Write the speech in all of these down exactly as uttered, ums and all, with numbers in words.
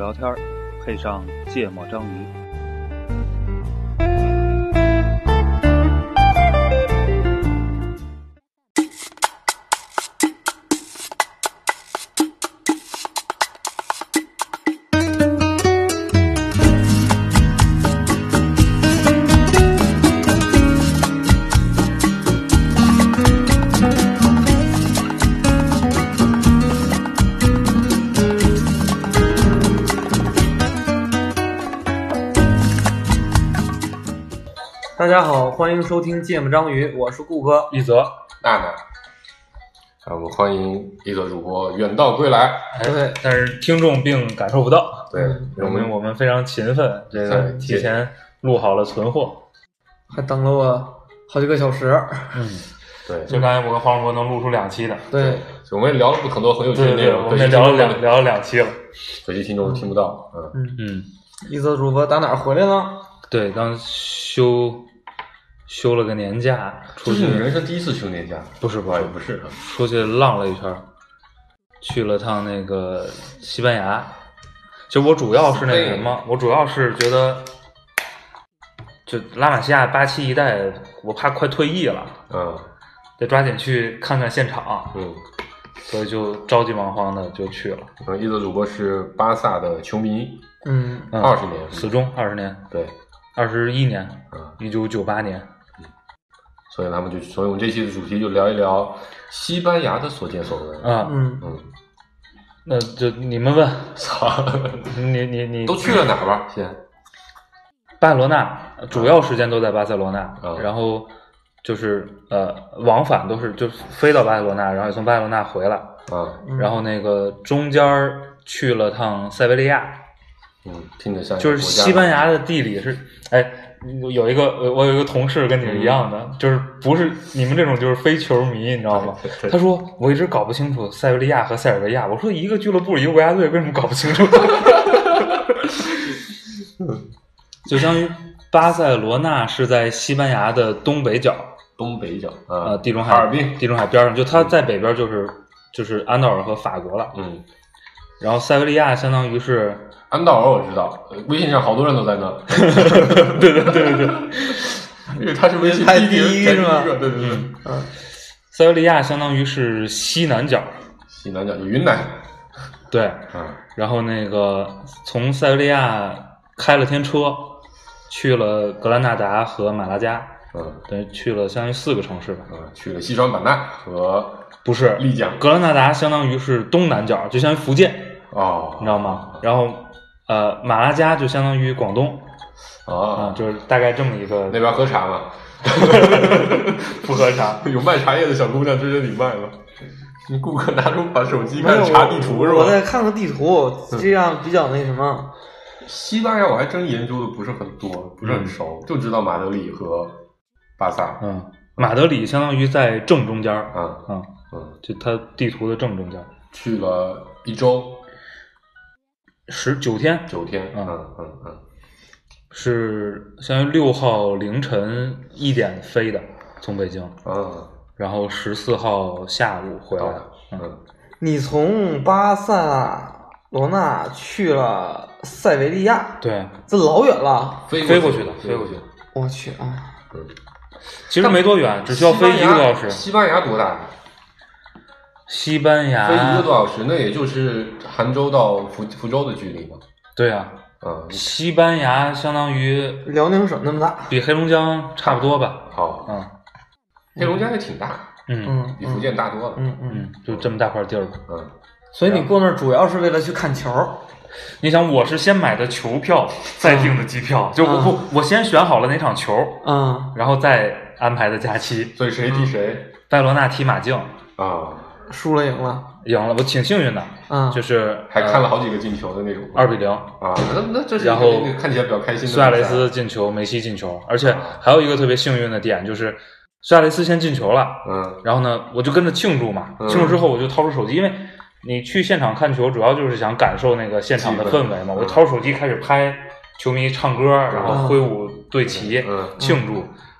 聊天，配上芥末章鱼。 大家好，欢迎收听芥末章鱼，我是顾哥， 一泽， 娜娜。啊，我们欢迎一泽主播远道归来。 对，但是听众并感受不到。 对， 我们我们非常勤奋，这个提前录好了存货， 还等了我好几个小时。 嗯，对， 就刚才我跟黄主播能录出两期的。 对， 我们也聊了很多很有趣的内容， 我们也聊了两聊了两期了， 可惜听众听不到。 嗯嗯， 一泽主播打哪儿回来了？ 对，刚休休了个年假，出去。 这是你人生第一次休年假？ 不是不是不是， 出去浪了一圈，去了趟那个西班牙。其实我主要是那个什么，我主要是觉得，就拉玛西亚八七一代，我怕快退役了， 嗯， 得抓紧去看看现场， 嗯， 所以就着急忙慌的就去了。 嗯，一泽主播是巴萨的球迷， 嗯， 二十年， 死忠二十年， 对， 二十一年， 嗯， 一九九八年。 所以咱们就，所以我们这期的主题就聊一聊西班牙的所见所闻。 啊， 嗯嗯，那就你们问， 操， 你你你都去了哪儿吧？先， 巴塞罗那，主要时间都在巴塞罗那， 嗯、 然后就是呃往返都是就飞到巴塞罗那，然后从巴塞罗那回来， 啊、 嗯，然后那个中间去了趟塞维利亚， 嗯，听着像就是西班牙的地理是，哎。有一个我有一个同事跟你是一样的，嗯、就是不是你们这种就是非球迷，你知道吗？他说我一直搞不清楚塞维利亚和塞尔维亚，我说一个俱乐部一个国家队，为什么搞不清楚？就相当于巴塞罗那是在西班牙的东北角， 东北角啊、 呃，地中海， 哈尔滨， 地中海边上，就它在北边就是就是安道尔和法国了， 嗯， 然后塞维利亚相当于是。 安道尔我知道，微信上好多人都在那。 对对对对对， 因为他是微信排第一是吧？ 对对对， 嗯， 塞维利亚相当于是西南角， 西南角就云南。 对， 嗯， 然后那个从塞维利亚开了天车，去了格兰纳达和马拉加， 嗯， 等于去了相当于四个城市吧。 嗯，去了西双版纳和不是丽江。 格兰纳达相当于是东南角，就相当于福建。 哦， 你知道吗？然后。呃，马拉加就相当于广东， 啊、 哦，就是大概这么一个。 那边喝茶吗？ 不喝茶， 有卖茶叶的小姑娘追着你卖吗？你顾客拿出把手机看查地图是吧？ 我再看看地图，这样比较那什么。 嗯、西班牙我还真研究的不是很多，不是很熟，嗯、就知道马德里和巴萨。 嗯，马德里相当于在正中间。 嗯嗯嗯， 就它地图的正中间。 去了一周。 十九天， 九天，嗯嗯嗯， 是相当于六号凌晨一点飞的，从北京， 嗯， 然后十四号下午回来， 嗯， 你从巴塞罗那去了塞维利亚， 对， 这老远了， 飞飞过去的，飞过去的， 我去啊， 嗯， 其实没多远，只需要飞一个多小时。 西班牙多大？ 西班牙飞一个多小时，那也就是杭州到福福州的距离嘛。 对啊， 嗯， 西班牙相当于辽宁省那么大， 比黑龙江差不多吧。 好， 嗯， 黑龙江也挺大， 嗯， 比福建大多了。 嗯嗯嗯，就这么大块地儿。 嗯， 所以你过那儿主要是为了去看球。 你想，我是先买的球票，再订的机票，就我不，我先选好了哪场球， 嗯， 然后再安排的假期。 所以谁踢谁？ 拜罗那踢马竞啊。 输了赢了， 赢了，我挺幸运的， 嗯， 就是还看了好几个进球的那种， 二比零啊，那那这是然后看起来比较开心的。 苏亚雷斯进球，梅西进球，而且还有一个特别幸运的点就是苏亚雷斯先进球了， 嗯， 然后呢，我就跟着庆祝嘛，庆祝之后我就掏出手机，因为你去现场看球主要就是想感受那个现场的氛围嘛，我掏出手机开始拍球迷唱歌，然后挥舞队旗庆祝。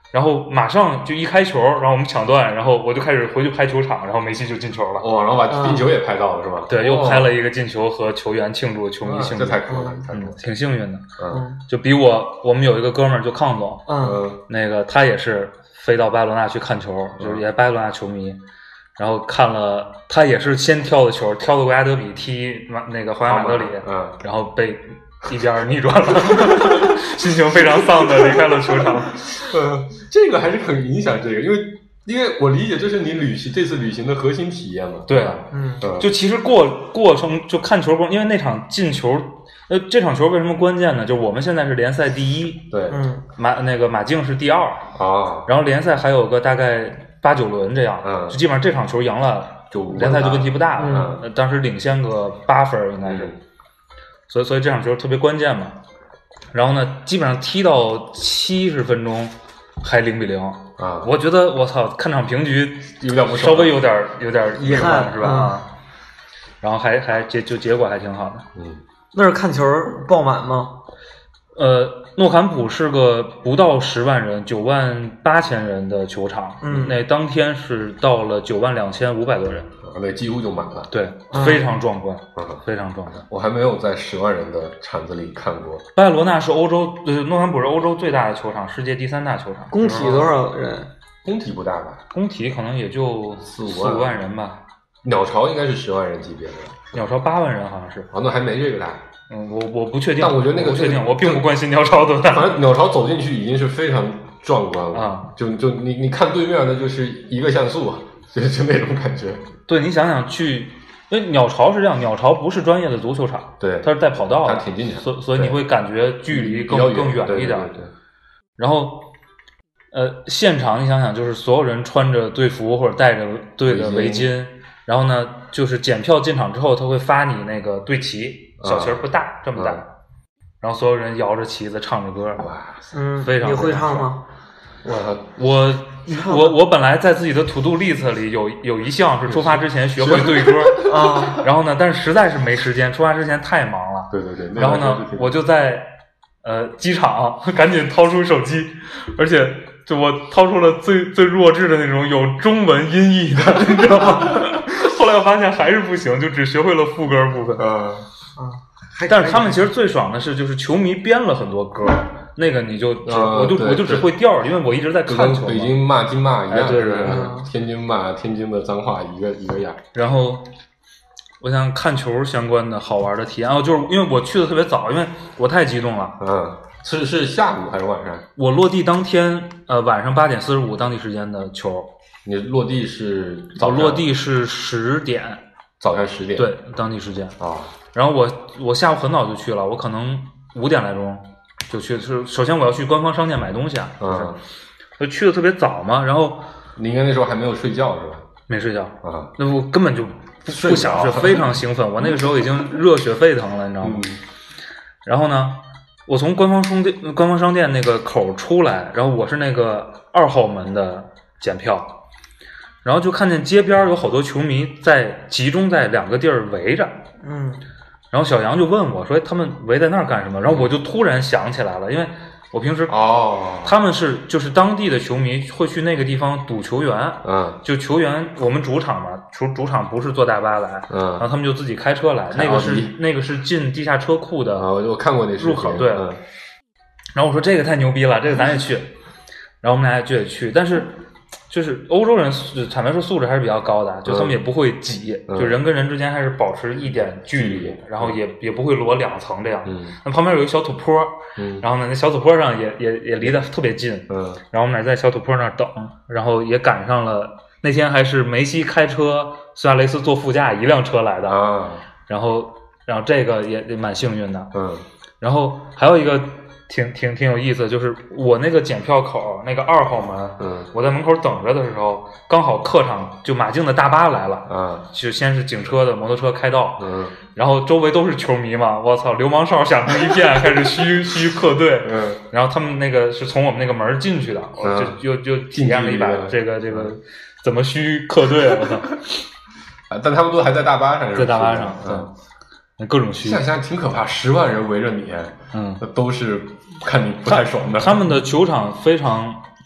然后马上就一开球，然后我们抢断，然后我就开始回去拍球场，然后梅西就进球了。 哇，然后把进球也拍到了是吧？ 对，又拍了一个进球和球员庆祝，球迷庆祝， 这太酷了，太酷嗯了，， 挺幸运的。 嗯就比我，我们有一个哥们儿就康总， 嗯嗯那个他也是飞到巴塞罗那去看球，就是也是巴塞罗那球迷。然后看了，他也是先挑的球，挑的国家德比踢马那个皇家马德里， 嗯， 然后被一边逆转了，心情非常丧的离开了球场。 呃，这个还是很影响这个，因为因为我理解这是你旅行这次旅行的核心体验嘛， 对吧？ 嗯嗯， 就其实过过程就看球过，因为那场进球，呃，这场球为什么关键呢？就我们现在是联赛第一， 对嗯马那个马竞是第二， 啊， 然后联赛还有个大概八九轮这样， 嗯就基本上这场球赢了， 就联赛就问题不大了。 嗯呃当时领先个八分应该是， 嗯所以所以这场球特别关键嘛。然后呢，基本上踢到七十分钟还零比零， 啊， 我觉得我操，看场平局有点不稍微有点有点遗憾是吧？ 嗯啊，然后还还结就结果还挺好的。 嗯那是看球爆满吗？ 呃，诺坎普是个不到十万人，九万八千人的球场。 嗯那当天是到了九万两千五百多人， 那几乎就满了。 对， 嗯非常壮观， 嗯非常壮观。 我还没有在十万人的场子里看过。 巴塞罗那是欧洲，呃，诺坎普是欧洲最大的球场，世界第三大球场。 工体多少人？ 工体不大吧？ 工体可能也就四五万四五万人吧， 鸟巢应该是十万人级别的， 鸟巢八万人好像是。 啊，那还没这个大。 嗯，我我不确定， 但我觉得那个我不确定， 这个我并不关心鸟巢多大。 反正鸟巢走进去已经是非常壮观了啊！ 就就你你看对面的就是一个像素，就就那种感觉。 对，你想想去，因为鸟巢是这样，鸟巢不是专业的足球场， 对， 它是带跑道的， 它挺近的， 所所以你会感觉距离更比较更远对一点。 对对对然后，呃，现场你想想，就是所有人穿着队服或者戴着队的围围巾巾，然后呢，就是检票进场之后，他会发你那个队旗，小旗儿不大，这么大， 嗯然后所有人摇着旗子唱着歌， 哇， 嗯， 非常你会非常唱吗？ 我我我我本来在自己的 to do list 里有有一项是出发之前学会对歌啊， 然后呢，但是实在是没时间，出发之前太忙了。 对对对，那然后呢，我就在呃机场赶紧掏出手机，而且就我掏出了最最弱智的那种有中文音译的，你知道吗？后来我发现还是不行，就只学会了副歌部分。 呃还但是他们其实最爽的是，就是球迷编了很多歌，那个你就只、 呃我就对我就只会调儿，因为我一直在就跟看球嘛。 北京骂金骂一样， 哎对对对是天津骂天津的脏话一个一个样。 然后，我想看球相关的好玩的体验哦，就是因为我去的特别早，因为我太激动了。 嗯，是是下午还是晚上？ 我落地当天，呃，晚上八点四十五当地时间的球， 你落地是早上我落地是十点， 早上十点， 对，当地时间。 啊， 然后我我下午很早就去了，我可能五点来钟就去，是首先我要去官方商店买东西啊，就是， 嗯， 就去的特别早嘛，然后你应该那时候还没有睡觉是吧？ 没睡觉， 啊， 那我根本就不睡不不想睡， 着非常兴奋，我那个时候已经热血沸腾了，你知道吗？ 嗯然后呢，我从官方商店官方商店那个口出来，然后我是那个二号门的检票，然后就看见街边有好多球迷在集中在两个地儿围着， 嗯然后小杨就问我说：“哎他们围在那儿干什么？”然后我就突然想起来了，因为我平时哦， 他们是就是当地的球迷会去那个地方堵球员， 嗯就球员我们主场嘛，主主场不是坐大巴来，然后嗯， 他们就自己开车来， 开那个是奥迪那个是进地下车库的啊，我我看过那视频入口对嗯然后我说这个太牛逼了，这个咱也去，然后我们俩就也去，但是就是欧洲人素坦白说素质还是比较高的，就他们也不会挤， 嗯就人跟人之间还是保持一点距离，然后也也不会摞两层这样。 嗯那旁边有一个小土坡， 嗯然后呢，那小土坡上也也也离得特别近， 嗯然后我们俩在小土坡那儿等，然后也赶上了那天还是梅西开车，苏亚雷斯坐副驾一辆车来的， 啊然后然后这个也也蛮幸运的。 嗯然后还有一个挺挺挺有意思的，就是我那个检票口那个二号门， 嗯我在门口等着的时候，刚好客场就马竞的大巴来了， 啊就先是警车的摩托车开道， 嗯然后周围都是球迷嘛，我操，流氓哨响成一片，开始嘘嘘客队， 嗯然后他们那个是从我们那个门进去的，我就就就体验了一把近距离的这个这个怎么嘘客队，我操， 啊，但他们都还在大巴上， 在大巴上， 嗯， 对，各种嘘， 想想挺可怕，十万人围着你， 嗯。 那都是看你不太爽的。 他们的球场非常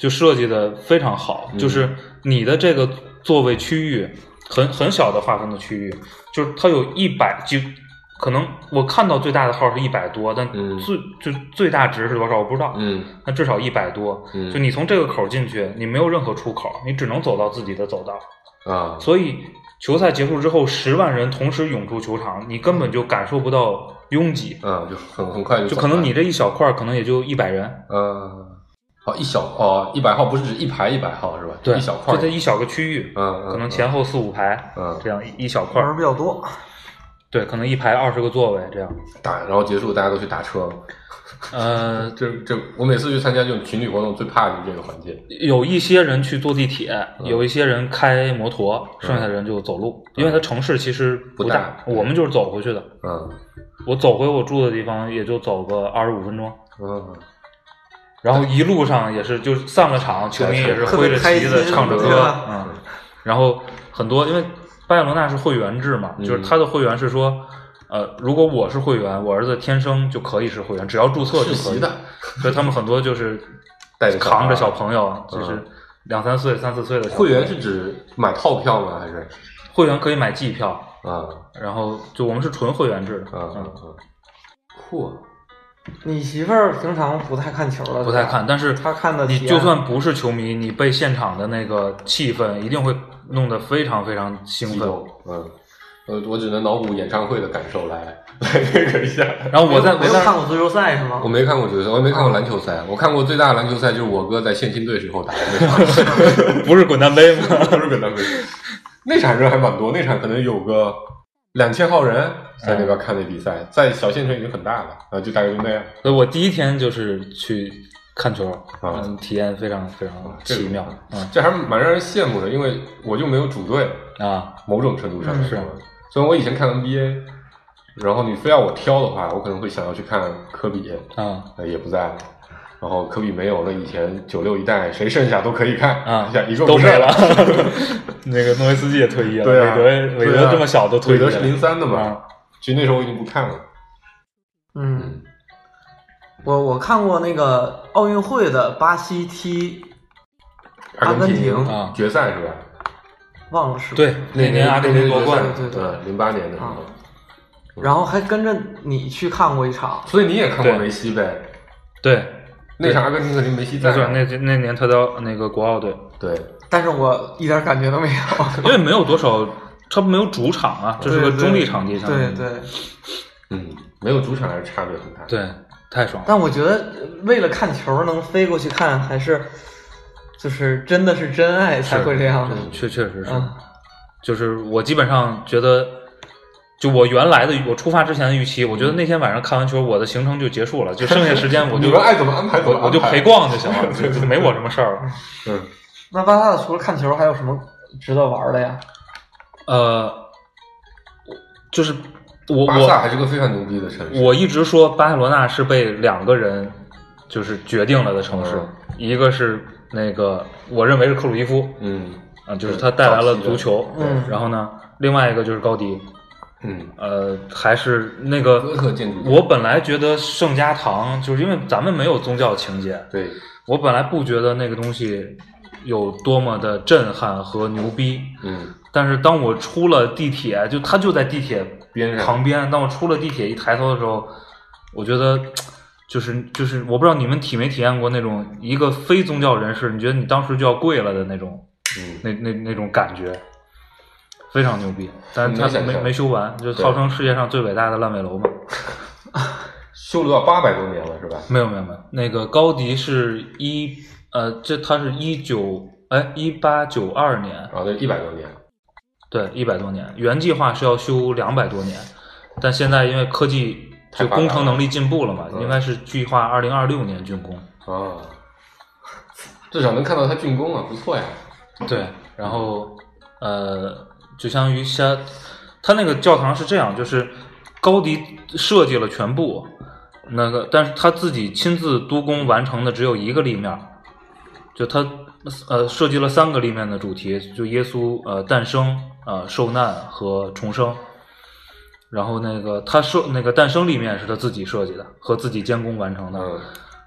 就设计的非常好， 嗯、 就是你的这个座位区域很很小的划分的区域，就是它有一百就。可能我看到最大的号是一百多，但最、嗯、就最大值是多少我不知道。 嗯， 那至少一百多。 嗯， 就你从这个口进去，你没有任何出口，你只能走到自己的走道啊。 所以球赛结束之后，十万人同时涌出球场，你根本就感受不到拥挤。 啊，就很很快就就可能你这一小块可能也就一百人。 嗯，哦，一小哦，一百号不是指一排一百号是吧？ 对， 一小块， 就在一小个区域。 嗯，嗯可能前后四五排， 嗯， 这样一小块人比较多。 对，可能一排二十个座位这样打，然后结束大家都去打车。 呃， 这这，我每次去参加这种群体活动，最怕的就是这个环节。 有一些人去坐地铁， 嗯、 有一些人开摩托，嗯、剩下的人就走路，嗯、因为它城市其实不大， 不大我们就是走回去的。 嗯， 我走回我住的地方也就走个二十五分钟。 嗯， 然后一路上也是，就散了场，球迷也是挥着旗子唱着歌，嗯，然后很多因为。巴塞罗那是会员制嘛， 嗯、 就是他的会员是说，呃，如果我是会员，我儿子天生就可以是会员，只要注册就可以。 的， 所以他们很多就是带着扛着小朋友，就是两三岁、三四岁的小朋友。 会员是指买套票吗？还是会员可以买季票啊？ 然后就我们是纯会员制的， 啊嗯嗯，酷啊！ 你媳妇儿平常不太看球了， 不太看，但是她看的。 你就算不是球迷，你被现场的那个气氛一定会弄得非常非常兴奋。 嗯，呃，我只能脑补演唱会的感受来来那个一下。 然后我在没有看过足球赛是吗？ 我没看过足球赛，我也没看过篮球赛。我看过最大的篮球赛就是我哥在县青队时候打的那场， 不是滚蛋杯吗？ 不是滚蛋杯，那场人还蛮多，那场可能有个。两千号人在那边看那比赛，嗯、在小县城已经很大了，然后就大概就那样。 所以我第一天就是去看球， 啊、 嗯，体验非常非常奇妙， 这嗯，这还蛮让人羡慕的，因为我就没有主队啊， 某种程度上是。 虽然我以前看 N B A， 然后你非要我挑的话，我可能会想要去看科比， 啊， 呃、也不在了。然后科比没有了，以前九六一代谁剩下都可以看啊， 一个都没了。那个诺维斯基也退役了， 对啊、 韦德韦德这么小都退役了。 韦德是零三的嘛、 啊， 其实那时候我已经不看了。 嗯，我我看过那个奥运会的巴西踢阿根廷啊决赛是吧？ 忘了是。 对，那年阿根廷夺冠， 对对对， 零八年的时候、 啊。然后还跟着你去看过一场， 所以你也看过梅西呗？ 对。 那场阿根廷肯定梅西在， 没错，那那年他到那个国奥队， 对， 但是我一点感觉都没有， 因为没有多少，他没有主场啊，这是个中立场地上， 对对， 嗯，没有主场还是差别很大， 对，太爽了。 但我觉得为了看球能飞过去看，还是就是真的是真爱才会这样的， 确确实是， 嗯、 就是我基本上觉得。就我原来的我出发之前的预期，我觉得那天晚上看完球，我的行程就结束了，就剩下时间我就你们爱怎么安排怎么安排， 我就陪逛就行了，就就没我什么事儿了。 嗯， 那巴萨除了看球，还有什么值得玩的呀？ 呃，就是我巴萨还是个非常牛逼的城市。 我一直说巴塞罗那是被两个人就是决定了的城市， 嗯、 一个是那个我认为是克鲁伊夫， 嗯啊，就是他带来了足球， 嗯， 然后呢，另外一个就是高迪。 嗯， 呃，还是那个哥特建筑。 我本来觉得圣家堂，就是因为咱们没有宗教情节， 对， 我本来不觉得那个东西有多么的震撼和牛逼， 嗯， 但是当我出了地铁，就它就在地铁边上旁边，当我出了地铁一抬头的时候，我觉得就是就是我不知道你们体没体验过那种一个非宗教人士，你觉得你当时就要跪了的那种， 嗯， 那那那种感觉。非常牛逼，但是他没没修完，就号称世界上最伟大的烂尾楼嘛。 修了到八百多年了，是吧？ 没有没有没有，那个高迪是一呃，这他是一九哎一八九二年啊，对，一百多年。 对，一百多年，原计划是要修两百多年，但现在因为科技就工程能力进步了嘛，应该是计划二零二六年竣工。 啊，至少能看到他竣工啊，不错呀。 对，然后呃。就相当于像他那个教堂是这样，就是高迪设计了全部那个，但是他自己亲自督工完成的只有一个立面，就他呃设计了三个立面的主题，就耶稣呃诞生呃受难和重生，然后那个他设那个诞生立面是他自己设计的和自己监工完成的， 嗯、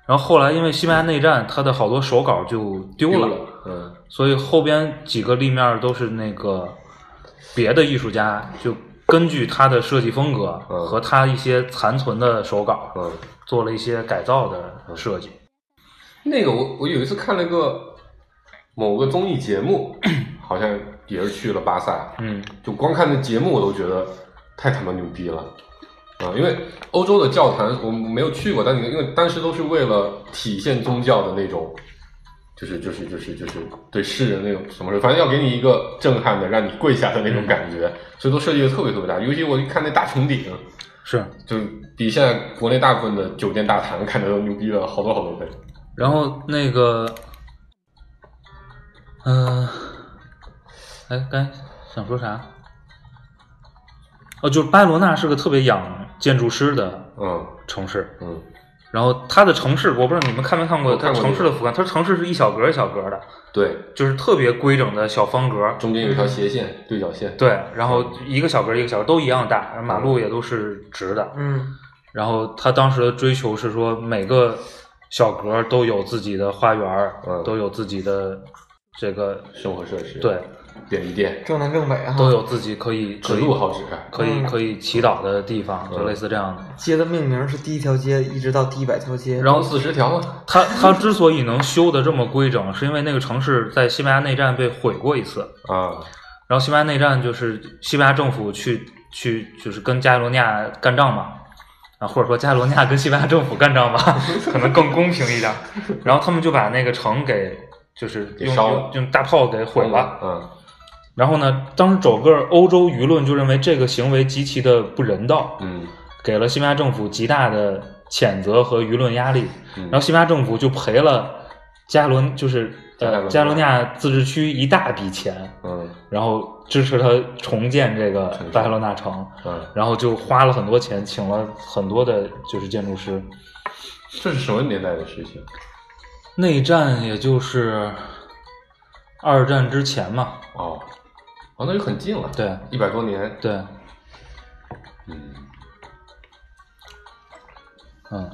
然后后来因为西班牙内战，他的好多手稿就丢了， 丢了嗯， 所以后边几个立面都是那个别的艺术家就根据他的设计风格和他一些残存的手稿， 嗯， 做了一些改造的设计。 那个我我有一次看了个某个综艺节目，好像也是去了巴萨， 嗯， 就光看那节目我都觉得太他妈牛逼了啊！因为欧洲的教堂我没有去过，但因为当时都是为了体现宗教的那种，就是就是就是就是对世人那种什么事，反正要给你一个震撼的，让你跪下的那种感觉，嗯、所以都设计的特别特别大。尤其我一看那大穹顶， 是就比现在国内大部分的酒店大堂看着都牛逼了好多好多倍。 然后那个，嗯、呃，哎，刚才想说啥？哦，就是巴塞罗那是个特别养建筑师的嗯城市， 嗯， 然后它的城市，我不知道你们看没看过，它看过城市的俯瞰，它城市是一小格一小格的， 对， 就是特别规整的小方格， 中间有一条斜线、嗯、对角线， 对，然后一个小格一个小格都一样大，马路也都是直的， 嗯， 然后他当时的追求是说每个小格都有自己的花园， 嗯， 都有自己的这个生活设施， 对。 便利店正南正北啊， 都有自己可以指路好指， 可以可以祈祷的地方，就类似这样的。 街的命名是第一条街一直到第一百条街， 然后四十条。 它它之所以能修得这么规整，是因为那个城市在西班牙内战被毁过一次啊。 然后西班牙内战就是西班牙政府去去就是跟加泰罗尼亚干仗嘛，啊或者说加泰罗尼亚跟西班牙政府干仗吧，可能更公平一点。然后他们就把那个城给就是用用用大炮给毁了， 嗯。 然后呢，当时整个欧洲舆论就认为这个行为极其的不人道， 嗯， 给了西班牙政府极大的谴责和舆论压力。 嗯、 然后西班牙政府就赔了加罗就是呃加罗尼亚自治区一大笔钱， 嗯， 然后支持他重建这个巴塞罗那城， 嗯， 然后就花了很多钱，请了很多的就是建筑师。 这是什么年代的事情？ 内战也就是二战之前嘛。 哦。哦，那就很近了， 对， 一百多年， 对， 嗯， 嗯，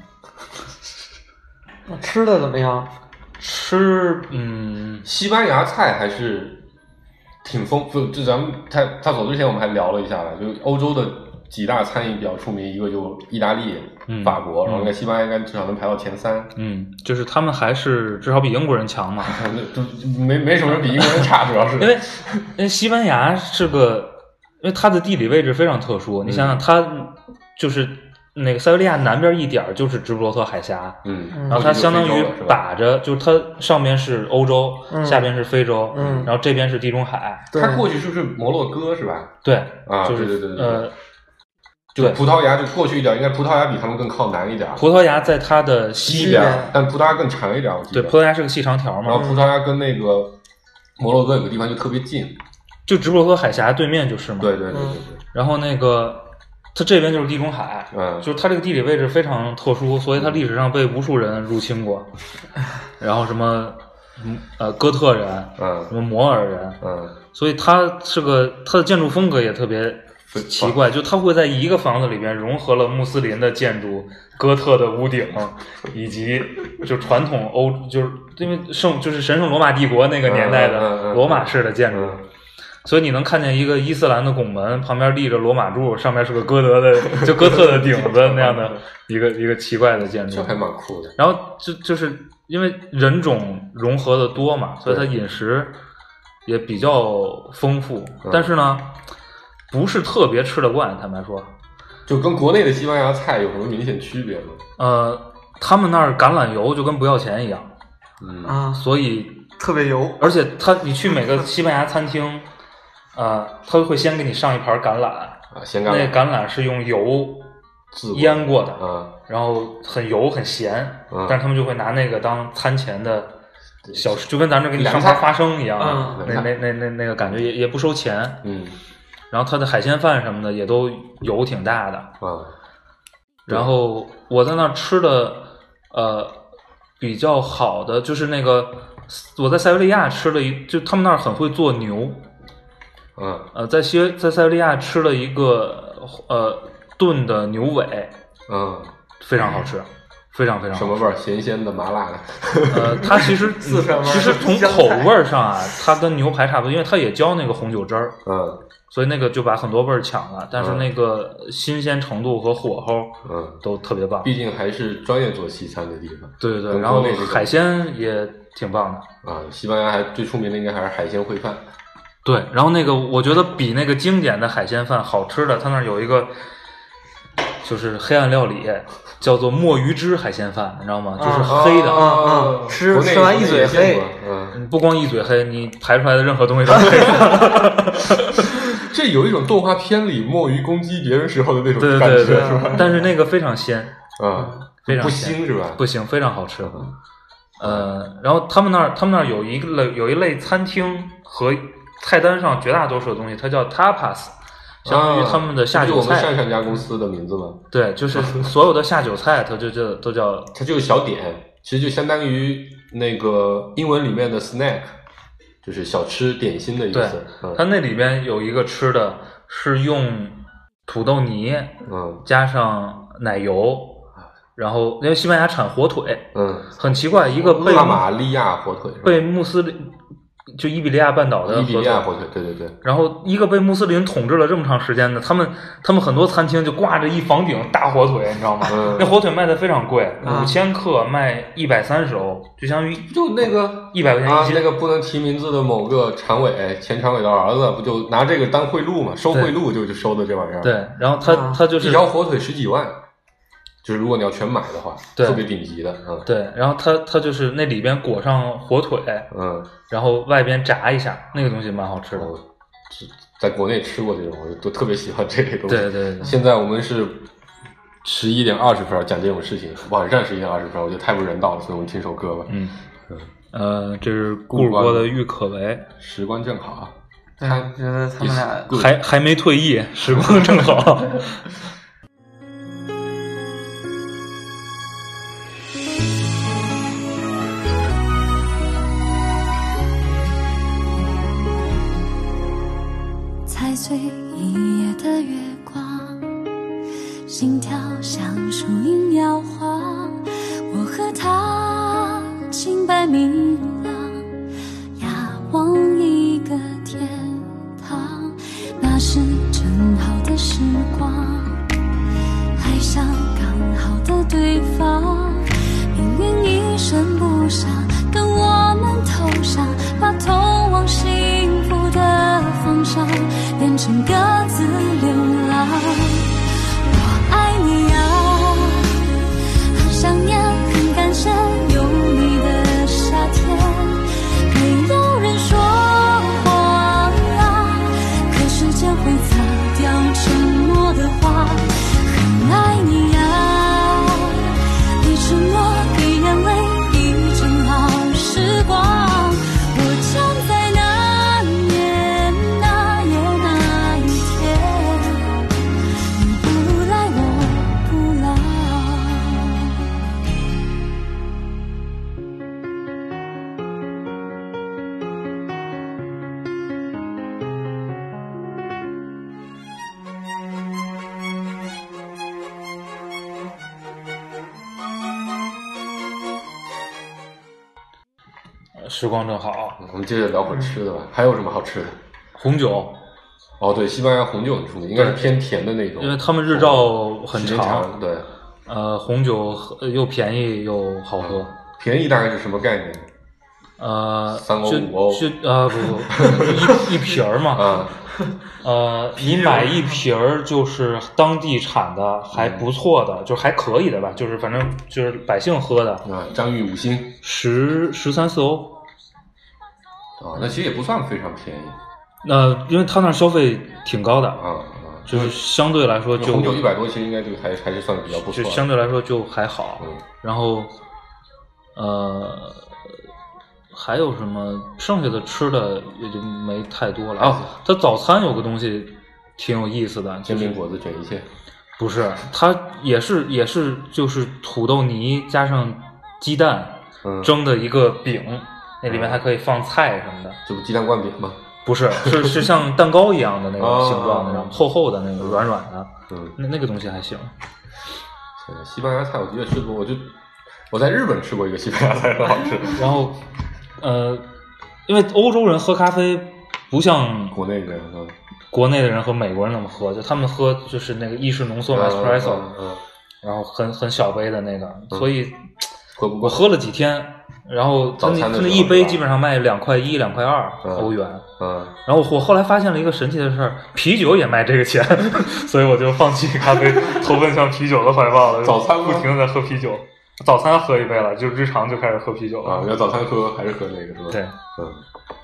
吃的怎么样？ 吃，嗯， 西班牙菜还是挺丰富。就咱们他他走之前，我们还聊了一下了，就欧洲的几大餐饮比较出名，一个就意大利、 嗯、 法国，然后嗯、 应该西班牙应该至少能排到前三。 嗯，就是他们还是至少比英国人强嘛， 就没没什么人比英国人差，主要是因为因为西班牙是个，因为它的地理位置非常特殊，嗯、你想想，它就是那个塞维利亚南边一点就是直布罗陀海峡， 嗯， 然后它相当于把着，就是它上边是欧洲， 嗯、 下边是非洲， 嗯， 然后这边是地中海， 它过去是不是摩洛哥是吧？ 对， 啊， 就是对对对对呃。 就葡萄牙就过去一点，应该葡萄牙比他们更靠南一点。 葡萄牙在它的西边， 但葡萄牙更长一点，我记得。 对，葡萄牙是个细长条嘛。 然后葡萄牙跟那个摩洛哥有个地方就特别近， 就直布罗陀海峡对面就是嘛。 对对对对对。 然后那个它这边就是地中海， 嗯， 就是它这个地理位置非常特殊，所以它历史上被无数人入侵过。然后什么呃哥特人， 嗯， 什么摩尔人， 嗯， 所以它是个它的建筑风格也特别。奇怪，就它会在一个房子里边融合了穆斯林的建筑、哥特的屋顶，以及就传统欧，就是因为圣就是神圣罗马帝国那个年代的罗马式的建筑， 嗯嗯嗯、 所以你能看见一个伊斯兰的拱门旁边立着罗马柱，上面是个哥德的就哥特的顶子那样的一个一个奇怪的建筑， 这还蛮酷的。 然后就就是因为人种融合的多嘛，所以它饮食也比较丰富， 嗯、 但是呢。不是特别吃得惯，坦白说， 就跟国内的西班牙菜有什么明显区别吗？ 呃，他们那儿橄榄油就跟不要钱一样， 嗯啊， 所以特别油， 而且他你去每个西班牙餐厅，呃，他会先给你上一盘橄榄， 啊，鲜橄榄， 那橄榄是用油腌过的， 啊， 然后很油很咸， 嗯、 但是他们就会拿那个当餐前的小吃，就跟咱这给你上盘花生一样， 嗯、 那那那那那个感觉也也不收钱， 嗯。 然后它的海鲜饭什么的也都油挺大的， 啊， 然后我在那儿吃的呃比较好的就是那个我在塞维利亚吃了一，就他们那儿很会做牛， 嗯， 呃在西在塞维利亚吃了一个呃炖的牛尾， 嗯， 非常好吃， 非常非常好。 什么味儿？咸鲜的、麻辣的？ 呃，它其实四川味其实从口味上啊，它跟牛排差不多，因为它也浇那个红酒汁儿， 嗯， 所以那个就把很多味儿抢了。但是那个新鲜程度和火候， 嗯， 都特别棒。 毕竟还是专业做西餐的地方。 对对对，然后海鲜也挺棒的啊。西班牙还最出名的应该还是海鲜烩饭。 对，然后那个我觉得比那个经典的海鲜饭好吃的，它那儿有一个就是黑暗料理，叫做墨鱼汁海鲜饭，你知道吗？就是黑的， 嗯嗯，吃吃完一嘴黑， 嗯， 不光一嘴黑，你排出来的任何东西都是黑的。 这有一种动画片里墨鱼攻击别人时候的那种对感觉， 对对对是吧？ 但是那个非常鲜， 啊， 非常不腥是吧？ 不腥，非常好吃。呃，然后他们那儿，他们那儿有一个类有一类餐厅和菜单上绝大多数的东西，它叫 tapas。相当于他们的下酒菜， 啊、就是我们善善家公司的名字吗？ 对，就是所有的下酒菜，它就就都叫， 它就是小点，其实就相当于那个英文里面的 snack， 就是小吃点心的意思。 对， 嗯、 它那里边有一个吃的是用土豆泥， 嗯， 加上奶油，然后因为西班牙产火腿， 嗯， 很奇怪，一个被拉玛利亚火腿被穆斯林。就伊比利亚半岛的伊比利亚火腿，对对对。 然后一个被穆斯林统治了这么长时间的，他们他们很多餐厅就挂着一房顶大火腿，你知道吗？ 嗯、 那火腿卖的非常贵， 五千克卖一百三十欧，就相当于就那个一百块钱一斤、 啊。那个不能提名字的某个常委，前常委的儿子，不就拿这个当贿赂嘛？收贿赂就就收的这玩意儿。 对，然后他、嗯、他就是一条火腿十几万。就是如果你要全买的话，特别顶级的，嗯， 对，然后它它就是那里边裹上火腿， 嗯， 然后外边炸一下，那个东西蛮好吃的。 哦、在国内吃过这种，我都特别喜欢这类东西。 对对对。 现在我们是十一点二十分讲这种事情，晚上十一点二十分，我觉得太不人道了，所以我们听首歌吧。 嗯嗯，呃，这是顾主播的郁可唯， 时光正好。 对，觉得他们俩还还没退役，时光正好。 踩碎一夜的月光，心跳像树影摇晃，我和他清白明朗，仰望一个天堂，那是正好的时光，爱上刚好的对方，命运一声不响跟我们头上，把通往幸福的方向变成各自流浪。我爱你啊，很想念，很感谢有你的夏天，没有人说谎啊，可时间会擦掉沉默的话。很爱你啊，你沉默给眼泪一整好时光。我站在那年那夜那一天，你不来我不老。 时光正好， 我们接着聊会儿吃的吧。还有什么好吃的？ 红酒。 哦，对，西班牙红酒很出名，应该是偏甜的那种， 因为他们日照很长，长对。 呃，红酒又便宜又好喝。 嗯、便宜大概是什么概念？ 呃， 三欧五欧？ 就呃不不，一一瓶儿嘛。 啊。 呃，你买一瓶儿就是当地产的，还不错的，嗯、就是还可以的吧，就是反正就是百姓喝的。 啊，张裕五星。 十十三四欧。 啊，那其实也不算非常便宜。 那、呃、因为他那消费挺高的啊啊， 就是相对来说就红酒一百多，其实应该就还还是算比较不错， 就相对来说就还好。 嗯， 然后呃还有什么剩下的吃的也就没太多了啊。他早餐有个东西挺有意思的， 煎饼果子卷一切。 不是，它也是也是就是土豆泥加上鸡蛋蒸的一个饼。嗯，那里面还可以放菜什么的， 这不鸡蛋灌饼吗？ 不是，是是像蛋糕一样的那个形状的，然后厚厚的那个软软的， 嗯， 那那个东西还行。 西班牙菜我的确吃过，我就我在日本吃过一个西班牙菜，很好吃。 然后，呃，因为欧洲人喝咖啡不像国内人，嗯， 国内的人和美国人那么喝，就他们喝就是那个意式浓缩 espresso，、 嗯嗯嗯、 然后很很小杯的那个， 嗯、 所以喝不我喝了几天。然后他那他那一杯基本上卖两块一、两块二欧元。 嗯。 然后我后来发现了一个神奇的事儿，啤酒也卖这个钱，所以我就放弃咖啡，投奔向啤酒的怀抱了。 早餐不停的在喝啤酒，早餐喝一杯了，就日常就开始喝啤酒了。 啊，要早餐喝还是喝那个是吧？ 对， 嗯。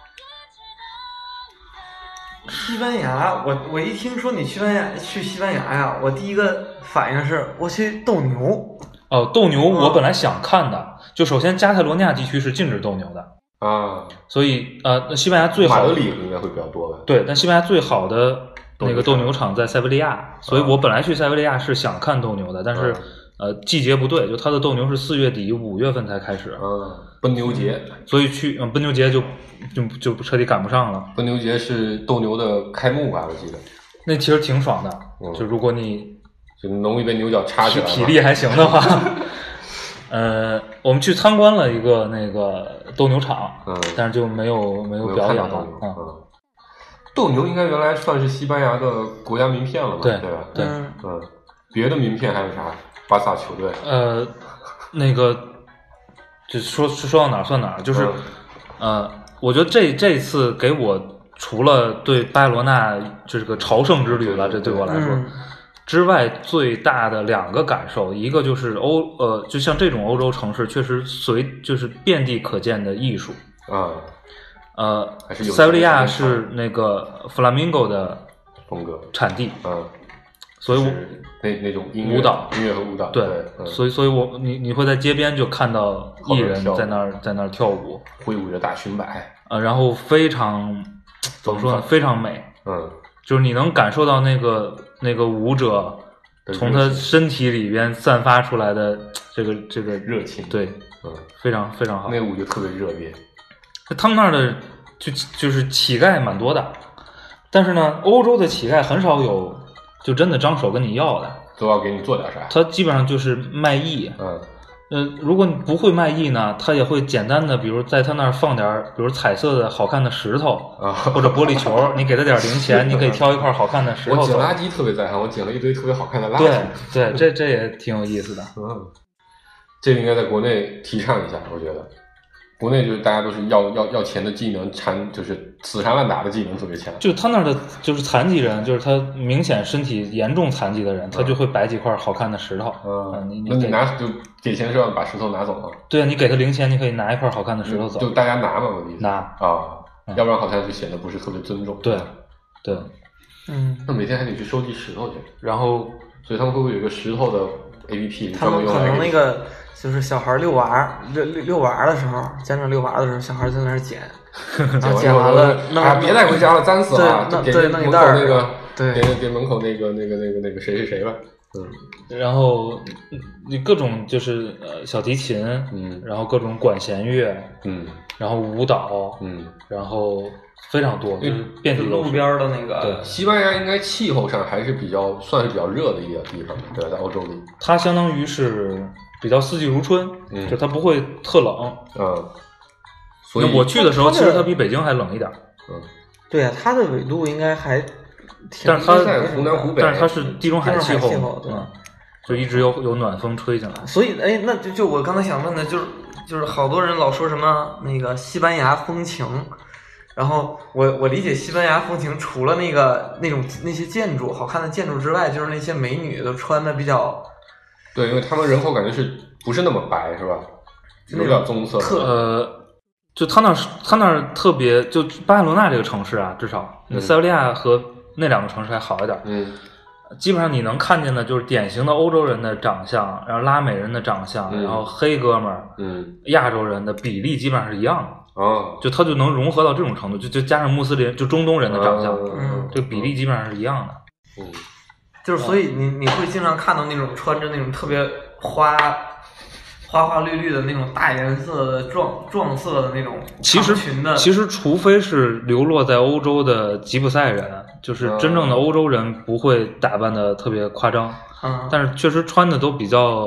西班牙，我我一听说你去西班牙去西班牙呀，我第一个反应是我去斗牛。 哦，斗牛我本来想看的。嗯，就首先加泰罗尼亚地区是禁止斗牛的啊， 所以呃，那西班牙最好的马德里应该会比较多吧？ 对，但西班牙最好的那个斗牛场在塞维利亚，所以我本来去塞维利亚是想看斗牛的，但是、嗯、呃季节不对，就它的斗牛是四月底五月份才开始， 嗯，奔牛节， 所以去嗯奔牛节就就就彻底赶不上了。 奔牛节是斗牛的开幕吧？我记得那其实挺爽的， 嗯、 就如果你就弄一杯牛角插起来， 体力还行的话。呃，我们去参观了一个那个斗牛场， 嗯， 但是就没有没有表演了。 嗯，斗牛应该原来算是西班牙的国家名片了嘛？ 对对吧？ 对， 嗯，别的名片还有啥？巴萨球队？ 呃，那个就说说到哪儿算哪儿，就是、嗯、呃，我觉得这这次给我除了对巴塞罗那这个朝圣之旅了，这对我来说。 嗯之外最大的两个感受，一个就是欧呃，就像这种欧洲城市，确实随就是遍地可见的艺术啊， 呃，塞维利亚是那个弗拉明戈的风格产地， 嗯， 所以我那那种音乐舞蹈、 音乐和舞蹈， 对， 对嗯、 所以所以我你你会在街边就看到艺人在那儿在那儿跳舞， 挥舞着大裙摆， 呃，然后非常怎么说呢，非常美， 嗯。 就是你能感受到那个那个舞者从他身体里边散发出来的这个这个热情， 对， 嗯， 非常非常好。 那个舞就特别热烈。 他们那儿的就就是乞丐蛮多的，但是呢，欧洲的乞丐很少有就真的张手跟你要的， 都要给你做点啥。 他基本上就是卖艺， 嗯。 呃，如果你不会卖艺呢，他也会简单的，比如在他那儿放点，比如彩色的好看的石头啊， 或者玻璃球，你给他点零钱，你可以挑一块好看的石头走。 我捡垃圾特别在行，我捡了一堆特别好看的垃圾。 对对，这这也挺有意思的。 嗯，这个应该在国内提倡一下，我觉得。国内就是大家都是要要要钱的技能，残就是死缠烂打的技能特别强。 就他那儿的就是残疾人，就是他明显身体严重残疾的人，嗯、他就会摆几块好看的石头。 嗯， 嗯你那你拿就给钱是要把石头拿走吗？ 对，你给他零钱，你可以拿一块好看的石头走。 就大家拿嘛，我的意思。 拿啊、嗯，要不然好像就显得不是特别尊重。 对，对， 嗯。 那每天还得去收集石头去， 然后所以他们会不会有一个石头的 A P P？ 他们可能那个。就是小孩遛娃遛遛遛娃的时候，家长遛娃的时候，小孩在那儿捡，然后捡完了， 啊，别带回家了，脏死了， 对， 给弄一袋那个， 对， 给给门口那个那个那个那个谁谁谁吧， 嗯，然后你各种就是呃小提琴， 嗯， 然后各种管弦乐， 嗯， 然后舞蹈， 嗯， 然后非常多，就是遍地路边的那个。 对， 西班牙应该气候上还是比较算是比较热的一个地方，对吧？在欧洲里， 它相当于是。比较四季如春， 嗯， 就它不会特冷， 嗯，所以我去的时候，其实它比北京还冷一点， 嗯， 对啊，它的纬度应该还挺， 但是它在湖南湖北， 但是它是地中海气候， 对， 嗯，就一直有有暖风吹进来。 所以，哎，那就就我刚才想问的，就是就是好多人老说什么那个西班牙风情，然后我我理解西班牙风情，除了那个那种那些建筑好看的建筑之外，就是那些美女都穿的比较。 对，因为他们人口感觉是不是那么白，是吧？有点棕色。 呃，就他那他那特别，就巴塞罗那这个城市啊，至少、嗯、塞维利亚和那两个城市还好一点。 嗯， 基本上你能看见的就是典型的欧洲人的长相，然后拉美人的长相， 嗯、 然后黑哥们儿， 嗯， 亚洲人的比例基本上是一样的。 哦， 就他就能融合到这种程度，就就加上穆斯林，就中东人的长相， 嗯， 这个比例基本上是一样的。 嗯。 就是所以你你会经常看到那种穿着那种特别花花花绿绿的那种大颜色的撞撞色的那种其实裙的， 其实除非是流落在欧洲的吉普赛人，就是真正的欧洲人不会打扮的特别夸张， 嗯， 但是确实穿的都比较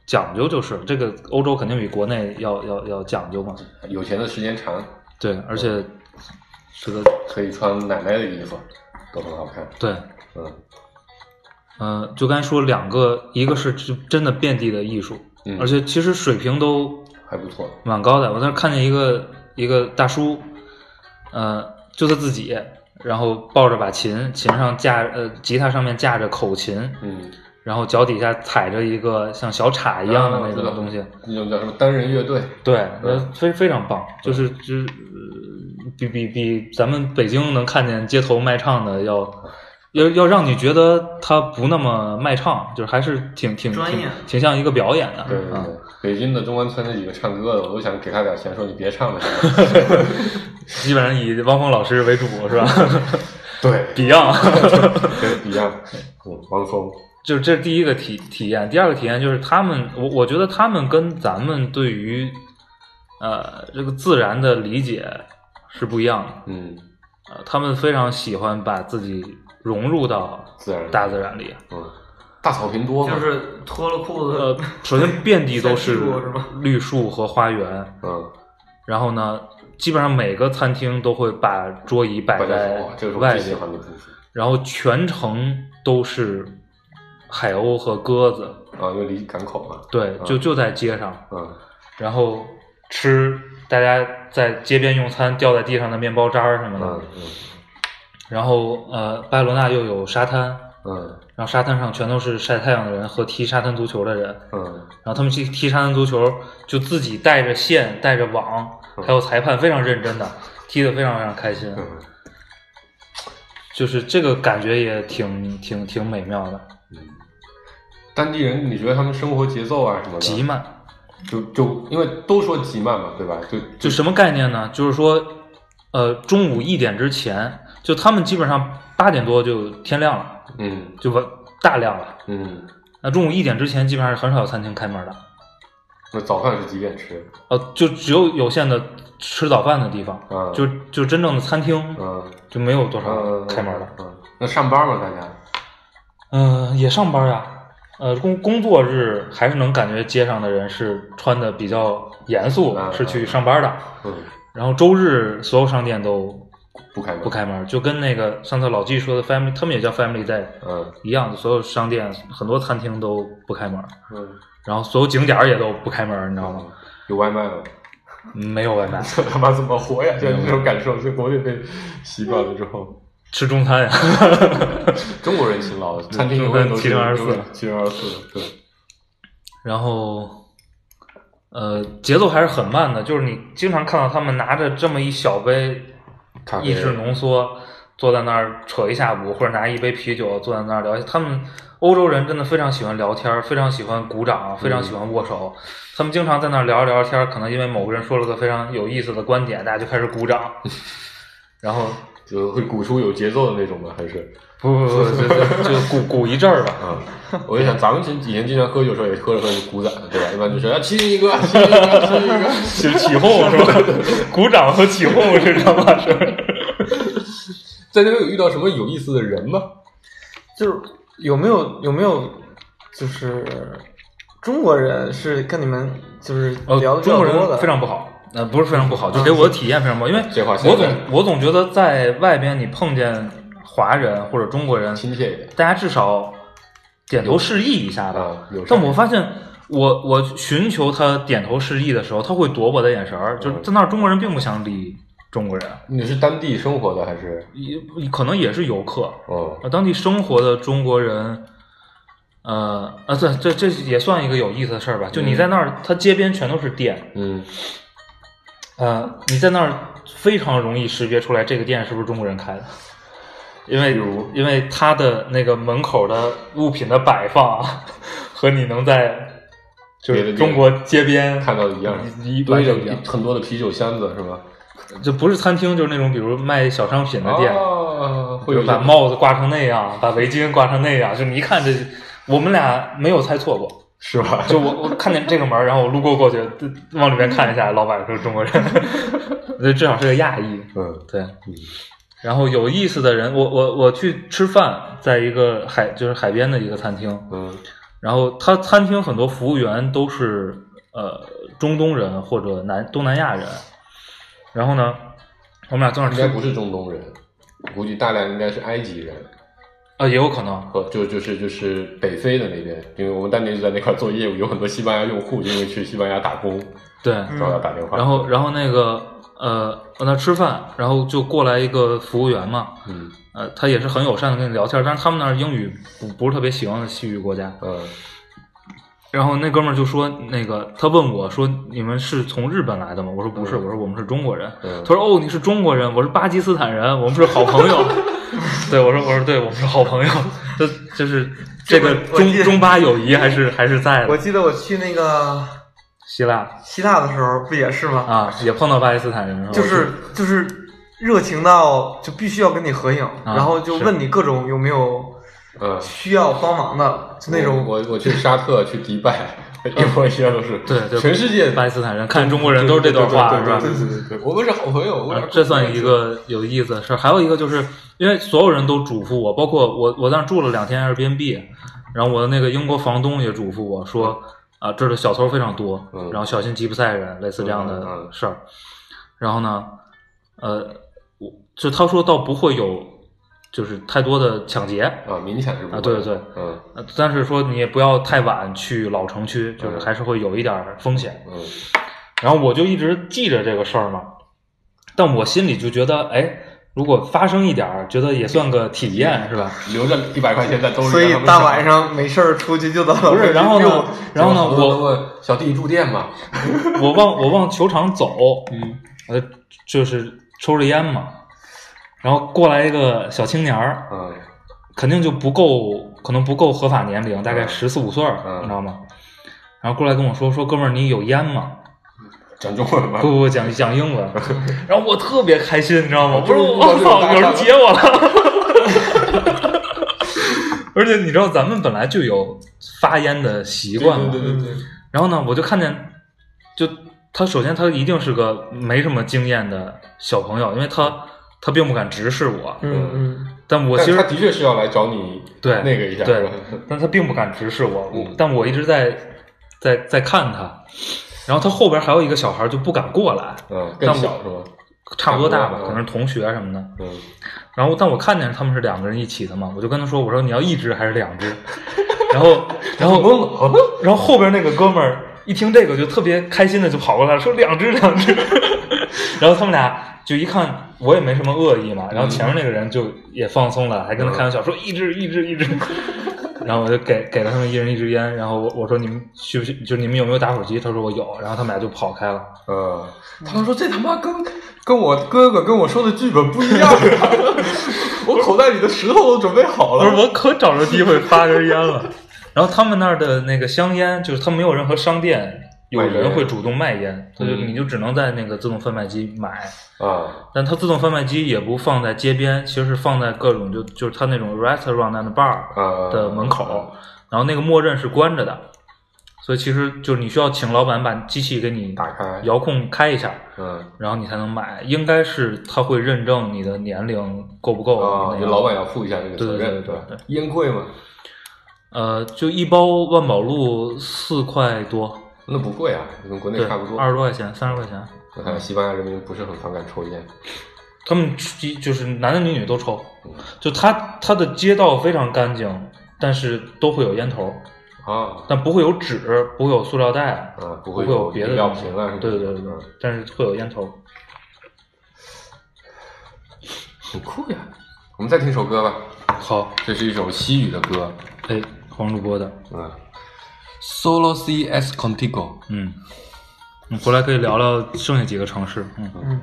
讲究就是这个欧洲肯定比国内要要要讲究嘛， 有钱的时间长， 对，而且这个可以穿奶奶的衣服，都很好看。 对， 嗯， 呃，就刚才说两个，一个是真的遍地的艺术， 嗯而且其实水平都还不错， 蛮高的。我在那看见一个一个大叔，呃，就他自己，然后抱着把琴，琴上架呃吉他上面架着口琴， 嗯， 然后脚底下踩着一个像小叉一样的那种东西， 那种叫什么单人乐队？ 对，呃，非非常棒，就是就是、呃、比比比咱们北京能看见街头卖唱的要。要要让你觉得他不那么卖唱，就是还是挺挺专业挺挺像一个表演的。 对对对， 嗯、 北京的中关村那几个唱歌的，我都想给他点钱，说你别唱了。 基本上以汪峰老师为主是吧？ 对 ，Beyond， 对 Beyond， 嗯，汪峰， 就是这是第一个体体验。第二个体验就是他们，我我觉得他们跟咱们对于呃这个自然的理解是不一样的。 嗯， 呃，他们非常喜欢把自己融入到自然大自然里。 嗯，大草坪多嘛， 就是脱了裤子， 呃，首先遍地都是在屁股是吧绿树和花园， 嗯， 然后呢，基本上每个餐厅都会把桌椅摆在哇，这个是我外边最喜，欢的部分然后全程都是海鸥和鸽子， 啊，因为离港口嘛， 对， 嗯就就在街上， 嗯然后吃大家在街边用餐掉在地上的面包渣儿什么的， 嗯嗯然后呃，巴塞罗那又有沙滩， 嗯然后沙滩上全都是晒太阳的人和踢沙滩足球的人， 嗯然后他们去踢沙滩足球就自己带着线带着网，还有裁判非常认真的踢得非常非常开心， 嗯， 就是这个感觉也挺挺挺美妙的。 嗯，当地人，你觉得他们生活节奏啊什么的极慢， 就就因为都说极慢嘛，对吧？就就什么概念呢？就是说，呃，中午一点之前，就他们基本上八点多就天亮了， 嗯就晚大亮了。 嗯， 那中午一点之前，基本上是很少有餐厅开门的。 那早饭是几点吃？ 呃，就只有有限的吃早饭的地方， 嗯就就真正的餐厅， 嗯就没有多少嗯， 开门的。 嗯，嗯那上班吗？大家？ 嗯、呃，也上班呀。呃，工工作日还是能感觉街上的人是穿的比较严肃， 嗯是去上班的。 嗯， 然后周日所有商店都不开门， 不开门，就跟那个上次老纪说的 family， 他们也叫 family day 嗯一样的，所有商店很多餐厅都不开门， 嗯， 然后所有景点也都不开门，你知道吗？ 有外卖吗？ 没有外卖， 这他妈怎么活呀？就是这种感受，在国内被习惯了之后， 吃中餐呀。 中国人勤劳，餐厅永远都是七乘二十四七乘二十四，对， 然后，呃，节奏还是很慢的，就是你经常看到他们拿着这么一小杯咖啡意式浓缩，坐在那儿扯一下午，或者拿一杯啤酒坐在那儿聊。他们欧洲人真的非常喜欢聊天，非常喜欢鼓掌，非常喜欢握手。嗯、他们经常在那儿聊着聊着天，可能因为某个人说了个非常有意思的观点，大家就开始鼓掌，然后就会鼓出有节奏的那种吗？还是？ 不不不，就就就鼓鼓一阵儿吧。 啊、嗯，我就想，咱们以前经常喝酒的时候也喝着喝着就鼓掌，对吧？一般就是啊，亲一个，亲一个，亲一个， 起起哄是吧？鼓掌和起哄是两码事。 在那边有遇到什么有意思的人吗？ 就是有没有有没有就是中国人是跟你们就是聊的呃、中国人比较多的， 非常不好。呃，不是非常不好，就给我的体验非常不好，因为这话我总我总觉得在外边你碰见华人或者中国人亲切一点， 大家至少点头示意一下吧。 嗯、 但我发现我我寻求他点头示意的时候，他会躲我的眼神儿，就是在那儿中国人并不想理中国人。 你是当地生活的还是？ 也可能也是游客。 哦， 当地生活的中国人。呃啊，这这这也算一个有意思的事儿吧？就你在那儿，它街边全都是店， 嗯， 呃，你在那儿非常容易识别出来这个店是不是中国人开的，因为因为它的那个门口的物品的摆放啊，和你能在就是中国街边看到的一样， 一堆着很多的啤酒箱子是吧？ 就不是餐厅，就是那种比如卖小商品的店， 哦、会有把帽子挂成那样，把围巾挂成那样，就你一看这。我们俩没有猜错过， 是吧？ 就我我看见这个门，然后我路过过去，往里面看一下，老板是中国人，这至少是个亚裔。 嗯， 对。嗯、然后有意思的人，我我我去吃饭，在一个海就是海边的一个餐厅， 嗯， 然后他餐厅很多服务员都是呃中东人或者南东南亚人，然后呢，我们俩正好应该不是中东人，估计大量应该是埃及人。 啊，也有可能， 和就就是就是北非的那边，因为我们当年就在那块做业务，有很多西班牙用户，就因为去西班牙打工， 对， 找他打电话。 然后然后那个呃，我那吃饭，然后就过来一个服务员嘛， 嗯， 呃，他也是很友善的跟你聊天，但是他们那儿英语不不是特别行的西域国家， 嗯。 然后那哥们儿就说，那个他问我说：“你们是从日本来的吗？”我说：“不是， 嗯、 我说我们是中国人。 嗯” 他说：“哦，你是中国人，我是巴基斯坦人，我们是好朋友。”对，我说：“我说对，我们是好朋友。”就就是这个中中巴友谊还是还是在的。 我记得我去那个希腊， 希腊的时候不也是吗？ 啊，也碰到巴基斯坦人， 就是就是热情到就必须要跟你合影， 啊、 然后就问你各种有没有。 嗯， 需要帮忙的，就那种。 我我去沙特去迪拜，一模一样都是。 对对， 全世界巴基斯坦人看中国人都是这段话，是吧？ 对对对对，我们是好朋友。 啊、这算一个有意思的事。还有一个就是因为所有人都嘱咐我，包括我，我在那住了两天 Airbnb， 然后我的那个英国房东也嘱咐我说，啊，这儿的小偷非常多， 嗯、 然后小心吉普赛人，类似这样的事儿。 嗯嗯、 然后呢，呃，我就他说倒不会有。就是太多的抢劫啊，明抢是不啊，对对对， 嗯， 但是说你也不要太晚去老城区，就是还是会有一点风险。 嗯， 然后我就一直记着这个事儿嘛，但我心里就觉得，哎，如果发生一点，觉得也算个体验，是吧？ 留着一百块钱在兜里。 所以大晚上没事儿出去就到了。 不是，然后呢，然后呢，我问小弟住店嘛， 我往我往球场走， 嗯， 呃，就是抽着烟嘛。然后过来一个小青年儿， 嗯， 肯定就不够，可能不够合法年龄，大概十四五岁， 嗯， 你知道吗？然后过来跟我说说，哥们儿，你有烟吗？ 讲中文吗？ 不不讲讲英文。然后我特别开心，你知道吗？我说我操，有人接我了。而且你知道，咱们本来就有发烟的习惯嘛， 对对对对。 然后呢，我就看见，就他首先他一定是个没什么经验的小朋友，因为他。他并不敢直视我， 嗯嗯， 但我其实他的确是要来找你对那个一下， 对，但他并不敢直视我， 嗯、 但我一直在在在看他，然后他后边还有一个小孩就不敢过来， 嗯，更小是吧？ 差不多大吧， 嗯、 可能是同学什么的， 嗯， 然后但我看见他们是两个人一起的嘛，我就跟他说，我说你要一只还是两只？然后然后然后后边那个哥们儿一听这个就特别开心的就跑过来了，说两只两只，然后他们俩。就一看我也没什么恶意嘛，然后前面那个人就也放松了，还跟他开玩笑说一只一只一只，然后我就给给了他们一人一支烟，然后我我说你们需不需就你们有没有打火机？他说我有，然后他们俩就跑开了。 呃，他们说这他妈跟跟我哥哥跟我说的剧本不一样啊！我口袋里的石头都准备好了， 不是我可找着机会发根烟了。然后他们那儿的那个香烟，就是他没有任何商店。有人会主动卖烟，他就你就只能在那个自动贩卖机买啊。 但他自动贩卖机也不放在街边，其实是放在各种就就是他那种 restaurant and bar 的门口， 啊、 然后那个默认是关着的，所以其实就是你需要请老板把机器给你打开， 遥控开一下， 嗯， 然后你才能买。应该是他会认证你的年龄够不够啊， 那个老板要负一下这个责任， 对对对对对。 烟贵吗？ 呃，就一包万宝路四块多。 那不贵啊，跟国内差不多， 二十多块钱，三十块钱。 我看西班牙人民不是很反感抽烟， 他们就是男男女女都抽，就他他的街道非常干净，但是都会有烟头啊， 但不会有纸，不会有塑料袋， 啊，不会有别的药瓶啊什么的， 对对对对，但是会有烟头， 很酷呀。我们再听首歌吧。 好， 这是一首西语的歌， 哎，黄主播的， 嗯。Solo si es contigo。 嗯，我们回来可以聊聊剩下几个城市。嗯嗯。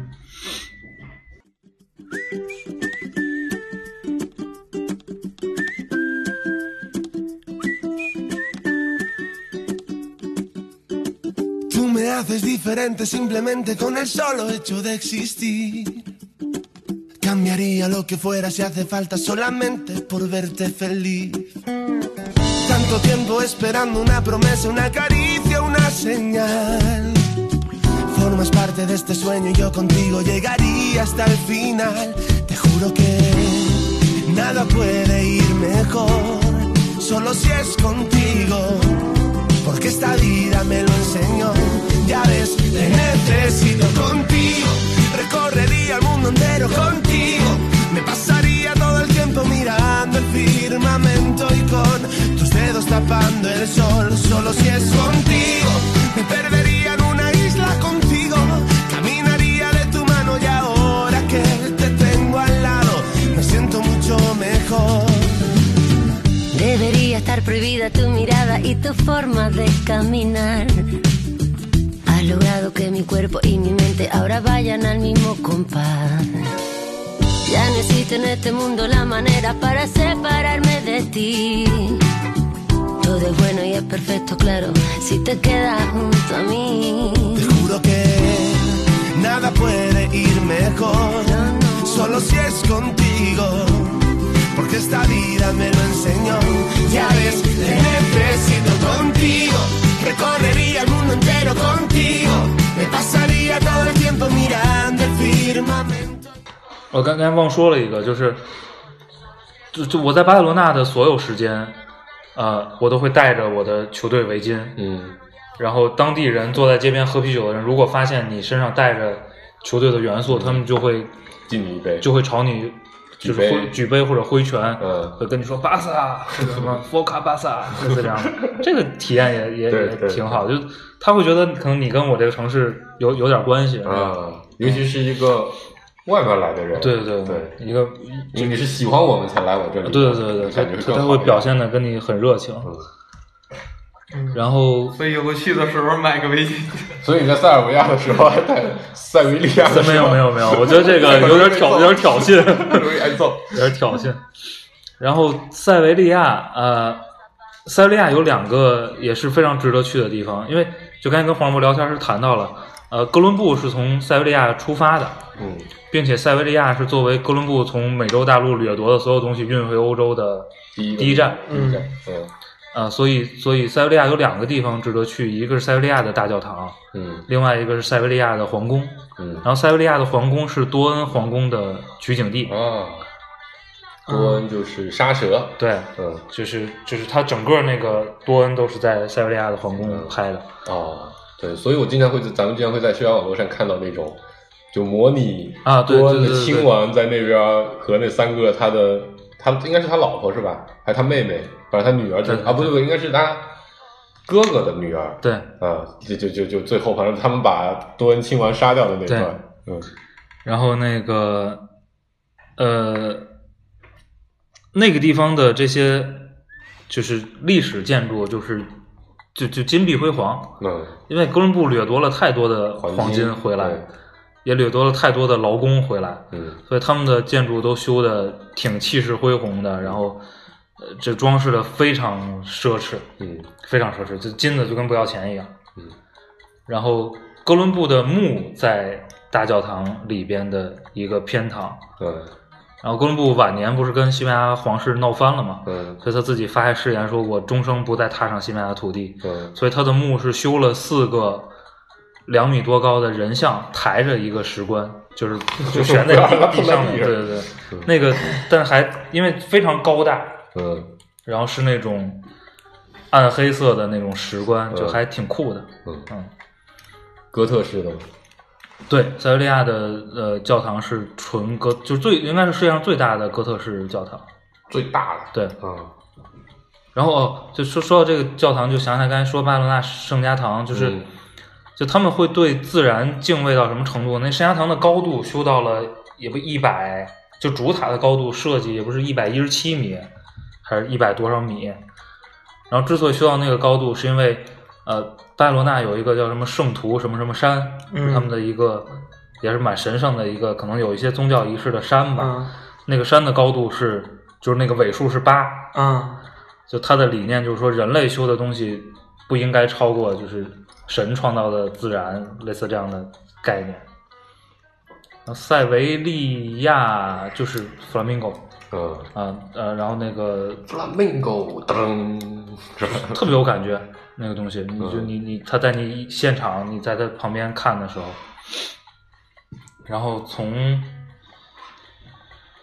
Tú me haces diferente simplemente con el solo hecho de existir. Cambiaría lo que fuera si hace falta solamente por verte feliz. Tanto tiempo esperando una promesa, una caricia, una señal. Formas parte de este sueño y yo contigo llegaría hasta el final. Te juro que nada puede ir mejor. solo si es contigo, porque esta vida me lo enseñó. Ya ves, te necesito contigo, recorrería el mundo entero contigo, me pasaría todo el tiempo mirando el firmamento y con tus dedos tapando el sol, solo si es contigo, me perdería en una isla contigo, caminaría de tu mano y ahora que te tengo al lado, me siento mucho mejor. Debería estar prohibida tu mirada y tu forma de caminar. Has logrado que mi cuerpo y mi mente ahora vayan al mismo compás. Ya no existe en este mundo la manera para separarme de ti. Todo es bueno y es perfecto, claro, si te quedas junto a mí. Te juro que nada puede ir mejor, No, no. solo si es contigo, porque esta vida me lo enseñó. Ya ves, te necesito contigo, recorrería el mundo entero contigo, me pasaría todo el tiempo mirando el firmamento。 我刚才忘说了一个，就是就就我在巴塞罗那的所有时间，呃，我都会带着我的球队围巾， 嗯， 然后当地人坐在街边喝啤酒的人，如果发现你身上带着球队的元素，他们就会敬你一杯， 就会朝你就是挥举杯举杯或者挥拳， 嗯会跟你说巴萨或者什么佛卡巴萨，类似这样的，这个体验也也也对对挺好，就他会觉得可能你跟我这个城市有有点关系啊，尤其是一个外面来的人， 对对对， 一个因为你是喜欢我们才来我这里的， 对对对对， 感觉他他会表现的跟你很热情， 嗯， 然后所以以后去的时候买个围巾。 所以你在塞尔维亚的时候，在塞维利亚的时候， 没有没有没有，我觉得这个有点挑有点挑衅， 容易挨揍， 有点挑衅。然后塞维利亚，呃，塞维利亚有两个也是非常值得去的地方，因为就刚才跟黄渤聊天时谈到了，呃，哥伦布是从塞维利亚出发的， 嗯， 并且塞维利亚是作为哥伦布从美洲大陆掠夺的所有东西运回欧洲的第一第一站， 第一站，嗯呃，所以所以塞维利亚有两个地方值得去，一个是塞维利亚的大教堂， 嗯另外一个是塞维利亚的皇宫。 嗯然后塞维利亚的皇宫是多恩皇宫的取景地， 啊，多恩就是杀蛇， 对， 嗯就是就是它整个那个多恩都是在塞维利亚的皇宫拍的。 哦，对，所以我经常会在咱们经常会在社交网络上看到那种，就模拟啊对多恩的对对对亲王在那边和那三个他的他应该是他老婆是吧？还是他妹妹？反正他女儿就对对啊，不对不对，应该是他哥哥的女儿。 对， 啊，就就就就最后，反正他们把多恩亲王杀掉的那段，嗯然后那个呃那个地方的这些就是历史建筑，就是就就金碧辉煌， 嗯， 因为哥伦布掠夺了太多的黄金黄金回来对， 也掠夺了太多的劳工回来， 嗯所以他们的建筑都修的挺气势恢宏的，然后呃这装饰的非常奢侈， 嗯非常奢侈，这金子就跟不要钱一样。 嗯然后哥伦布的墓在大教堂里边的一个偏堂， 嗯然后哥伦布晚年不是跟西班牙皇室闹翻了吗？ 嗯所以他自己发下誓言说，我终生不再踏上西班牙土地。 嗯所以他的墓是修了四个两米多高的人像，抬着一个石棺，就是就悬在地地上面。对对对，那个但还因为非常高大， 嗯然后是那种暗黑色的那种石棺， 嗯就还挺酷的。 嗯嗯， 哥特式的吗？ 对，塞维利亚的呃教堂是纯哥，就最应该是世界上最大的哥特式教堂。 最大的， 对， 啊， 然后哦，就说说到这个教堂，就想起来刚才说巴塞罗那圣家堂，就是、 嗯就他们会对自然敬畏到什么程度？那圣家堂的高度修到了也不一百，就主塔的高度设计也不是一百一十七米，还是一百多少米？然后之所以修到那个高度，是因为呃，巴塞罗那有一个叫什么圣徒什么什么山， 嗯他们的一个也是蛮神圣的一个，可能有一些宗教仪式的山吧。 嗯那个山的高度是，就是那个尾数是八。 嗯就他的理念就是说，人类修的东西不应该超过就是神创造的自然，类似这样的概念。然后塞维利亚就是 flamingo 嗯啊呃，然后那个 ，flamingo，噔，是吧？ 特别有感觉，那个东西，你就嗯你你他在你现场，你在他旁边看的时候，然后从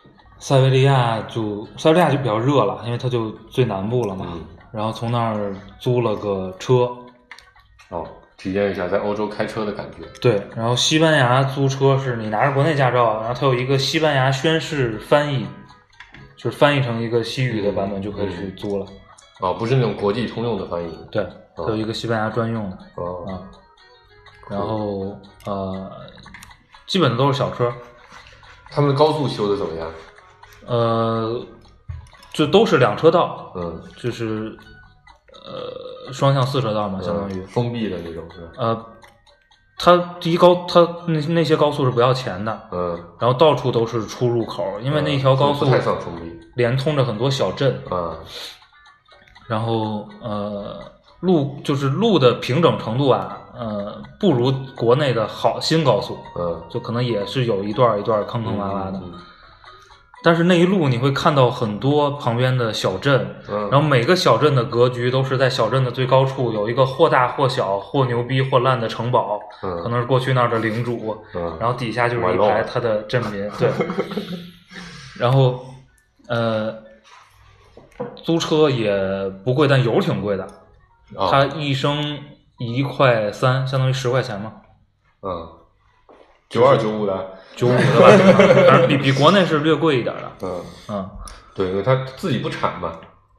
塞维利亚就塞维利亚就比较热了，因为它就最南部了嘛。 嗯、 然后从那儿租了个车， 哦，体验一下在欧洲开车的感觉。 对，然后西班牙租车是你拿着国内驾照，然后它有一个西班牙宣誓翻译，就是翻译成一个西语的版本就可以去租了。 嗯嗯、哦，不是那种国际通用的翻译。 对，它有一个西班牙专用的。 哦。 啊，然后呃，基本都是小车。 他们的高速修的怎么样？ 呃，就都是两车道， 嗯， 就是呃双向四车道嘛，相当于、 嗯、封闭的那种是吧？ 呃，它第一高，它那那些高速是不要钱的， 嗯， 然后到处都是出入口，因为那条高速不太算封闭， 连通着很多小镇， 啊、嗯， 然后呃路就是路的平整程度啊，呃不如国内的好新高速， 嗯， 就可能也是有一段一段坑坑洼洼的。 嗯嗯嗯， 但是那一路你会看到很多旁边的小镇， 嗯， 然后每个小镇的格局都是在小镇的最高处有一个或大或小、或牛逼或烂的城堡， 嗯， 可能是过去那儿的领主， 嗯， 然后底下就是一排他的镇民，对，然后呃，租车也不贵，但油挺贵的， 哦、 它一升一块三，相当于十块钱嘛， 嗯，九二九五的。 九五的吧，反正比比国内是略贵一点的。 嗯嗯， 对，因为他自己不产嘛。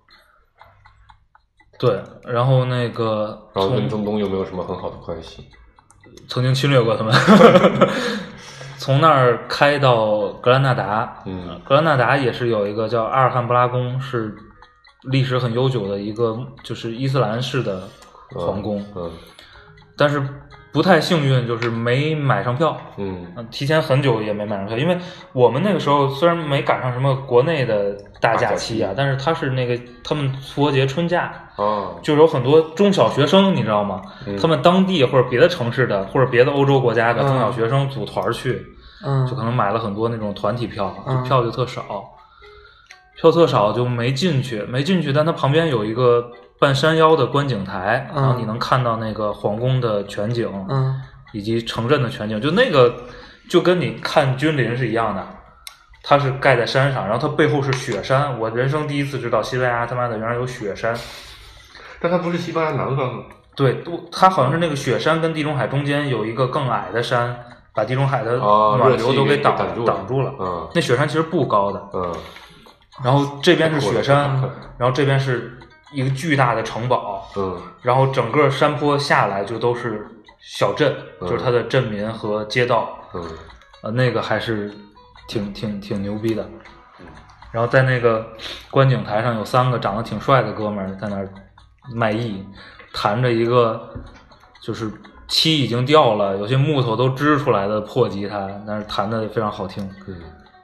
对，然后那个， 然后跟中东有没有什么很好的关系？ 曾经侵略过他们。从那儿开到格兰纳达， 嗯， 格兰纳达也是有一个叫阿尔汉布拉宫，是历史很悠久的一个就是伊斯兰式的皇宫。 嗯，嗯但是不太幸运，就是没买上票。 嗯， 提前很久也没买上票，因为我们那个时候虽然没赶上什么国内的大假期啊，但是它是那个他们复活节春假， 哦， 就有很多中小学生，你知道吗？ 嗯、 他们当地或者别的城市的或者别的欧洲国家的中小学生组团去， 嗯， 就可能买了很多那种团体票，就票就特少，票特少就没进去，没进去，但它旁边有一个半山腰的观景台， 嗯、 然后你能看到那个皇宫的全景， 嗯， 以及城镇的全景，就那个就跟你看君临是一样的，它是盖在山上，然后它背后是雪山。我人生第一次知道西班牙他妈的原来有雪山， 但它不是西班牙南方吗？ 对，它好像是那个雪山跟地中海中间有一个更矮的山，把地中海的暖流都给挡、 哦、给挡住了。 嗯， 那雪山其实不高的， 嗯， 然后这边是雪山，然后这边是一个巨大的城堡， 嗯， 然后整个山坡下来就都是小镇， 嗯、 就是它的镇民和街道， 嗯， 呃，那个还是挺挺挺牛逼的。然后在那个观景台上有三个长得挺帅的哥们儿在那儿卖艺，弹着一个就是漆已经掉了，有些木头都支出来的破吉他，但是弹的非常好听。 嗯，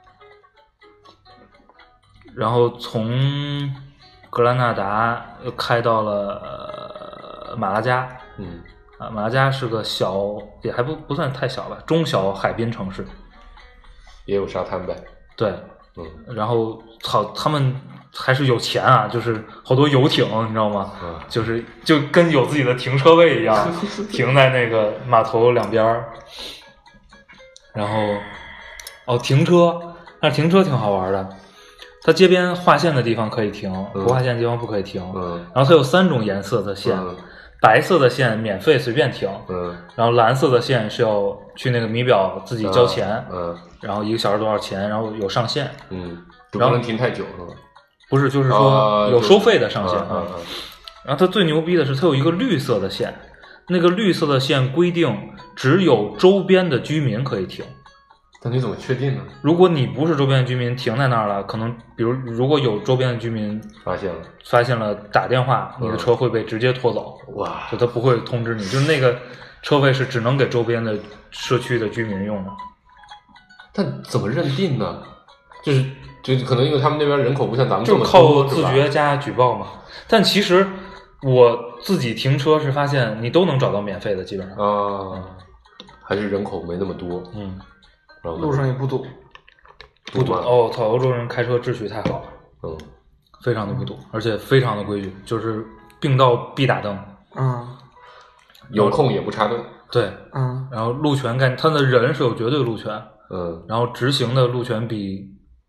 然后从格兰纳达又开到了、呃、马拉加， 嗯， 啊，马拉加是个小，也还不不算太小吧，中小海滨城市， 也有沙滩呗。 对， 嗯， 然后操，他们还是有钱啊，就是好多游艇，你知道吗？ 嗯， 就是就跟有自己的停车位一样，停在那个码头两边儿。然后，哦，停车，那停车挺好玩的。它街边划线的地方可以停， 嗯、 不划线的地方不可以停。 嗯， 然后它有三种颜色的线， 嗯、 白色的线免费随便停， 嗯， 然后蓝色的线是要去那个米表自己交钱， 嗯， 然后一个小时多少钱，然后有上限， 嗯，就不能停太久是吧？ 不是，就是说有收费的上限啊。 嗯嗯、然后它最牛逼的是，它有一个绿色的线，那个绿色的线规定只有周边的居民可以停。 但你怎么确定呢？ 如果你不是周边的居民停在那儿了，可能比如如果有周边的居民发现了发现了打电话， 嗯、 你的车会被直接拖走。 哇！ 就他不会通知你，就是那个车位是只能给周边的社区的居民用的。 但怎么认定呢？就是就可能因为他们那边人口不像咱们这么多，就是靠自觉加举报嘛。但其实我自己停车是发现你都能找到免费的，基本上啊，嗯、还是人口没那么多， 嗯。 路上也不堵， 不堵哦！操，欧洲人开车秩序太好了， 嗯， 非常的不堵，而且非常的规矩，就是并道必打灯， 嗯， 有空也不插队， 对， 嗯， 然后路权概念，他的人是有绝对路权， 嗯， 然后直行的路权比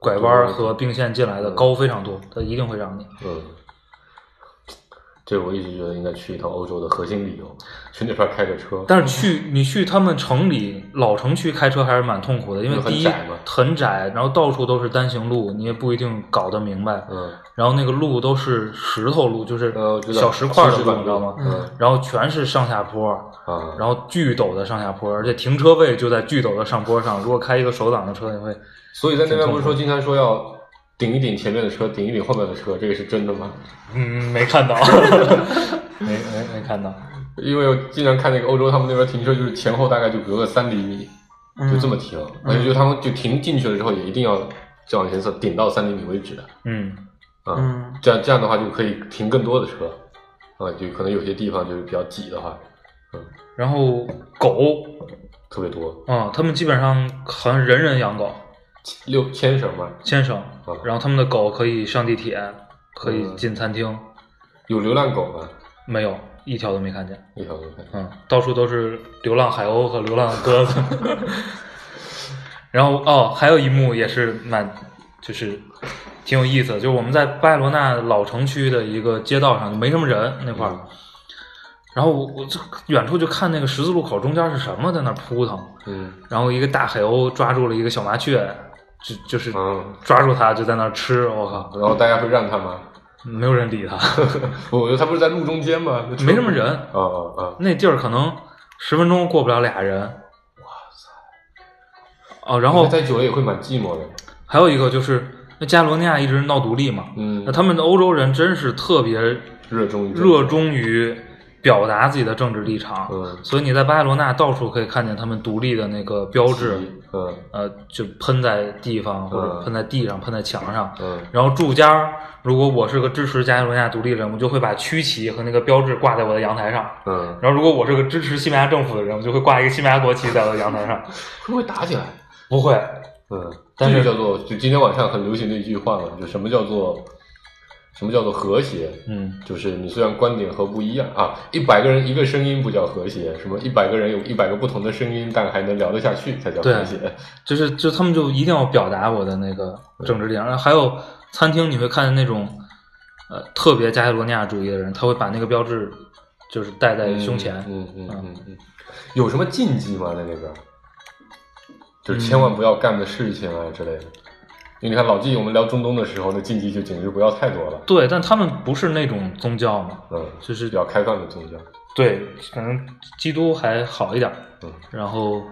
拐弯和并线进来的高非常多，它一定会让你。 嗯，这我一直觉得应该去一趟欧洲的核心理由，去那边开个车。 但是去你去他们城里老城区开车还是蛮痛苦的，因为第一很窄，然后到处都是单行路，你也不一定搞得明白。 嗯， 然后那个路都是石头路，就是小石块的路，你知道吗？ 嗯， 然后全是上下坡， 啊， 然后巨陡的上下坡，而且停车位就在巨陡的上坡上。如果开一个手挡的车，你会。 所以在那边不是说经常说要顶一顶前面的车，顶一顶后面的车，这个是真的吗？ 嗯，没看到，没没没看到。 因为我经常看那个欧洲，他们那边停车就是前后大概就隔个三厘米，就这么停，而且就他们就停进去了之后，也一定要再往前侧顶到三厘米为止的。 嗯啊，嗯，这样这样的话就可以停更多的车，啊，就可能有些地方就是比较挤的话，嗯。 然后狗特别多， 啊、嗯，他们基本上好像人人养狗。 六牵绳吗？ 牵绳，然后他们的狗可以上地铁，可以进餐厅。 有流浪狗吗？ 没有，一条都没看见。 一条都没看见。 嗯，到处都是流浪海鸥和流浪鸽子。然后哦，还有一幕也是蛮，就是挺有意思的，就是我们在巴塞罗那老城区的一个街道上，没什么人那块儿。嗯，然后我我这远处就看那个十字路口中间是什么在那扑腾， 嗯，然后一个大海鸥抓住了一个小麻雀，就就是抓住它就在那吃，我靠！ 然后大家会让它吗？ 没有人理它。 我觉得它不是在路中间吗？ 没什么人。 啊啊啊！ 那地儿可能十分钟过不了俩人。 哇塞！ 哦，然后待久了也会蛮寂寞的。 还有一个就是那加罗尼亚一直闹独立嘛， 嗯， 那他们的欧洲人真是特别热衷于热衷于表达自己的政治立场， 嗯， 所以你在巴塞罗那到处可以看见他们独立的那个标志， 嗯， 呃，就喷在地方或者喷在地上，喷在墙上， 嗯， 然后住家，如果我是个支持加罗尼亚独立的人，我就会把区旗和那个标志挂在我的阳台上， 嗯， 然后如果我是个支持西班牙政府的人，我就会挂一个西班牙国旗在我的阳台上。 会不会打起来？ 不会， 嗯， 但是这个叫做就今天晚上很流行的一句话嘛，就什么叫做什么叫做和谐？ 嗯，就是你虽然观点和不一样啊，一百个人一个声音不叫和谐，什么一百个人有一百个不同的声音，但还能聊得下去才叫和谐。 就是就他们就一定要表达我的那个政治立场。然后还有餐厅，你会看见那种呃特别加泰罗尼亚主义的人，他会把那个标志就是戴在胸前。 嗯嗯嗯嗯嗯。有什么禁忌吗？在那边？就是千万不要干的事情啊之类的。因为你看老纪，我们聊中东的时候，那禁忌就简直不要太多了。 对，但他们不是那种宗教嘛， 嗯， 就是比较开放的宗教。 对，可能基督还好一点。 嗯， 然后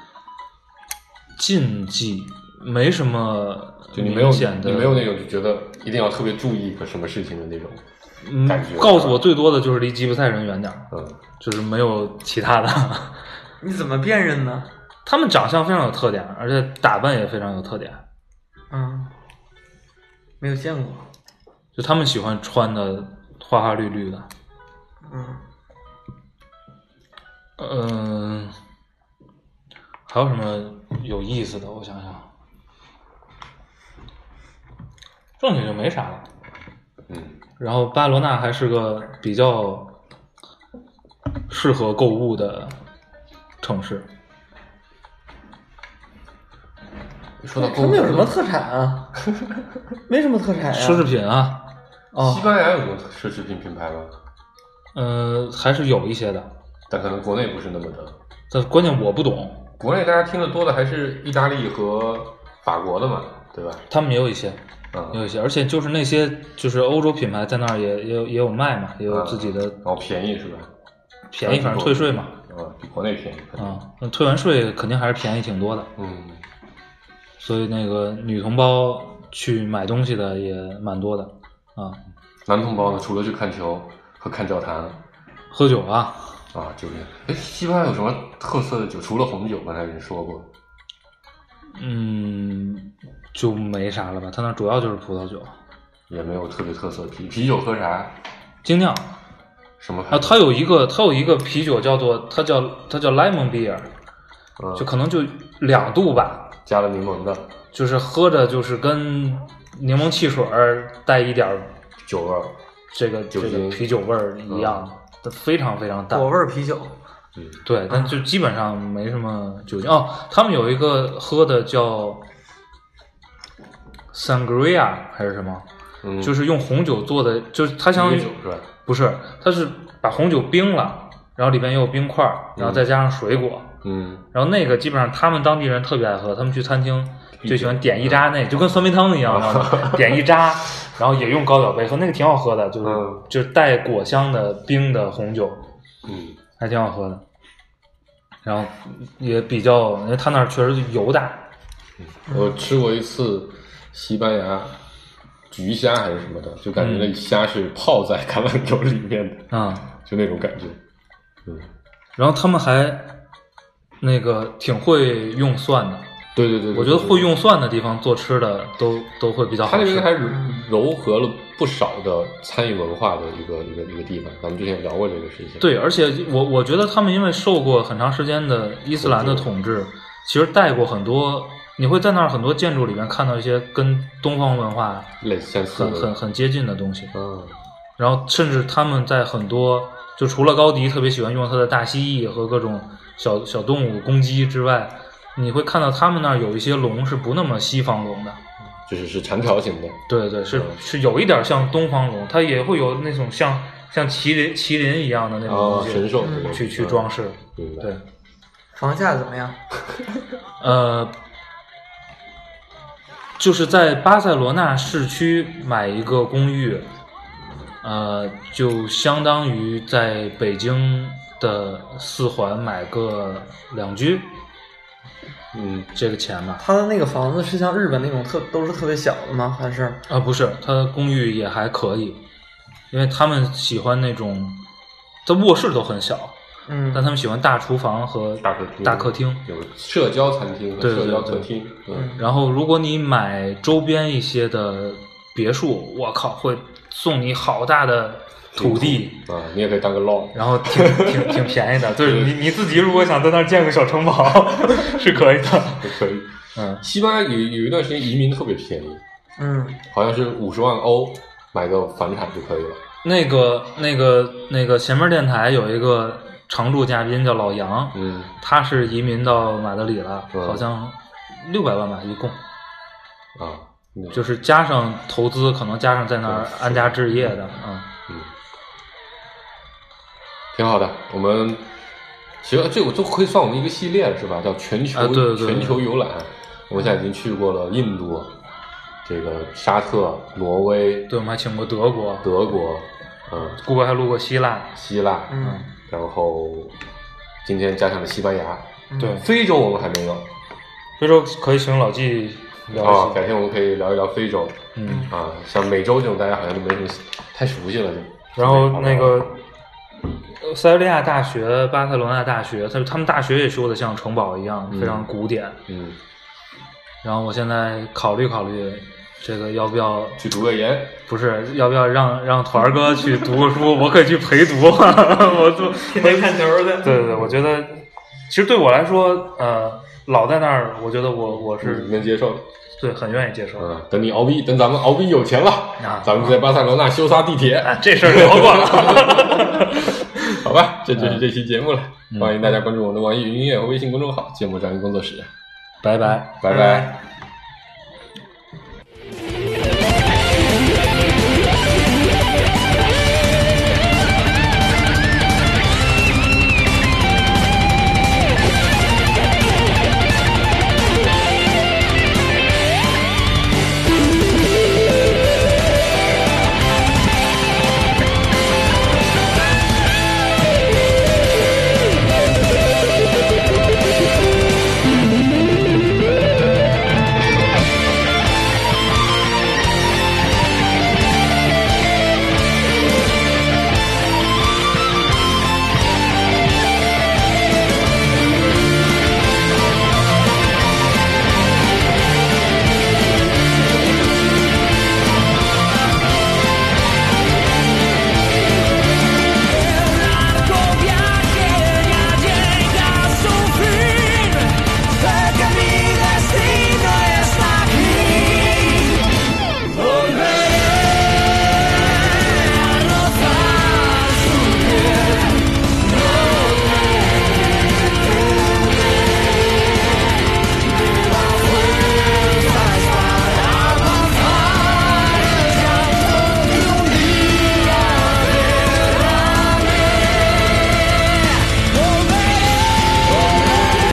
禁忌没什么明显的， 就你没有你没有那种就觉得一定要特别注意个什么事情的那种感觉。 嗯，告诉我最多的就是离吉普赛人远点。 嗯， 就是没有其他的。 你怎么辨认呢？ 他们长相非常有特点，而且打扮也非常有特点。 嗯，没有见过。 就他们喜欢穿的花花绿绿的。 嗯。 嗯、呃，还有什么有意思的？我想想，剩下就没啥了。 嗯。 然后巴塞罗那还是个比较适合购物的城市。 说到他们有什么特产啊？没什么特产呀、啊。 奢侈品啊。 哦。西班牙有什么奢侈品品牌吗？ 呃，还是有一些的， 但可能国内不是那么的。 但关键我不懂。 国内大家听得多的还是意大利和法国的嘛，对吧？ 他们也有一些， 嗯， 也有一些，而且就是那些就是欧洲品牌在那儿也也有也有卖嘛，也有自己的。 然后便宜是吧？ 便宜，反正退税嘛。 啊，比国内便宜。 啊，那退完税肯定还是便宜挺多的。 嗯。 所以那个女同胞去买东西的也蛮多的啊。 男同胞呢，除了去看球和看教堂， 喝酒啊。 啊，酒店。哎，西班牙有什么特色的酒？除了红酒，刚才已经说过。 嗯，就没啥了吧？他那主要就是葡萄酒。 也没有特别特色的啤啤酒喝啥？ 精酿。 什么牌？ 啊，它有一个，它有一个啤酒叫做，它叫它叫 lemon beer，、 嗯、 就可能就两度吧。 加了柠檬的， 就是喝着就是跟柠檬汽水带一点酒味儿， 这个这个啤酒味儿一样，嗯、非常非常淡。 果味啤酒， 嗯， 对，但就基本上没什么酒精。哦，他们有一个喝的叫 sangria 还是什么， 嗯， 就是用红酒做的，就是它相当于酒是吧？ 不是，它是把红酒冰了，然后里边也有冰块，然后再加上水果， 嗯， 然后那个基本上他们当地人特别爱喝，他们去餐厅就喜欢点一扎那，就跟酸梅汤一样，然后点一扎，然后也用高脚杯喝，那个挺好喝的，就是、 嗯、 就是带果香的冰的红酒， 嗯， 还挺好喝的。然后也比较，因为他那儿确实油大。 我吃过一次西班牙焗虾还是什么的，就感觉那虾是泡在橄榄油里面的， 嗯， 就那种感觉。嗯， 然后他们还那个挺会用蒜的。 对对 对, 对， 我觉得会用蒜的地方做吃的都都会比较好吃。 他那边还糅合了不少的餐饮文化的一个一个一个地方，咱们之前聊过这个事情。 对，而且我我觉得他们因为受过很长时间的伊斯兰的统治，其实带过很多，你会在那儿很多建筑里面看到一些跟东方文化类似很很很接近的东西。 嗯， 然后甚至他们在很多，就除了高迪特别喜欢用他的大蜥蜴和各种小小动物公鸡之外，你会看到他们那儿有一些龙是不那么西方龙的， 就是是长条形的。 对对，是是有一点像东方龙，它也会有那种像像麒麟麒麟一样的那种东西， 哦、神兽去去装饰。 嗯、 对， 房价怎么样？ 呃，就是在巴塞罗那市区买一个公寓，呃，就相当于在北京的四环买个两居。 嗯， 这个钱吧。 他的那个房子是像日本那种特都是特别小的吗？还是啊，不是，他的公寓也还可以，因为他们喜欢那种，他卧室都很小， 嗯， 但他们喜欢大厨房和大客厅， 大客厅有社交餐厅和社交客厅。 对对对嗯，然后如果你买周边一些的别墅，我靠，会送你好大的土地啊，你也可以当个 law， 然后挺挺挺便宜的，就是你你自己如果想在那儿建个小城堡是可以的， 可以。 嗯， 西班牙有有一段时间移民特别便宜， 嗯， 好像是五十万欧买个房产就可以了。 那个那个那个前面电台有一个常驻嘉宾叫老杨， 嗯， 他是移民到马德里了， 嗯、 好像六百万吧一共， 啊， 嗯、就是加上投资，可能加上在那儿安家置业的，嗯。 嗯，挺好的。我们其实这个都可以算我们一个系列了，是吧？叫全球、 啊、对对对全球游览。我们现在已经去过了印度、这个沙特、挪威， 对，我们还请过德国、 德国，嗯， 顾哥还路过希腊、 希腊， 嗯， 然后今天加上了西班牙， 对， 非洲我们还没有。 非洲可以请老纪聊一下。 啊，改天我们可以聊一聊非洲。 嗯啊，像美洲这种大家好像都没什么太熟悉了就。 然后那个塞维利亚大学、巴塞罗那大学，他他们大学也修的像城堡一样， 嗯、 非常古典。 嗯。 然后我现在考虑考虑，这个要不要去读个研？ 不是，要不要让让团儿哥去读个书？我可以去陪读，我都天天看球的。 对对对，我觉得其实对我来说，呃，老在那儿，我觉得我我是能接受的。 对，很愿意接受。 嗯，等你熬逼，等咱们熬逼有钱了， 啊， 咱们在巴塞罗那修仨地铁。 啊，这事儿聊过了。 好吧，这就是这期节目了。 嗯、 欢迎大家关注我们的网易云音乐和微信公众号“芥末章鱼工作室”。 拜拜， 拜拜。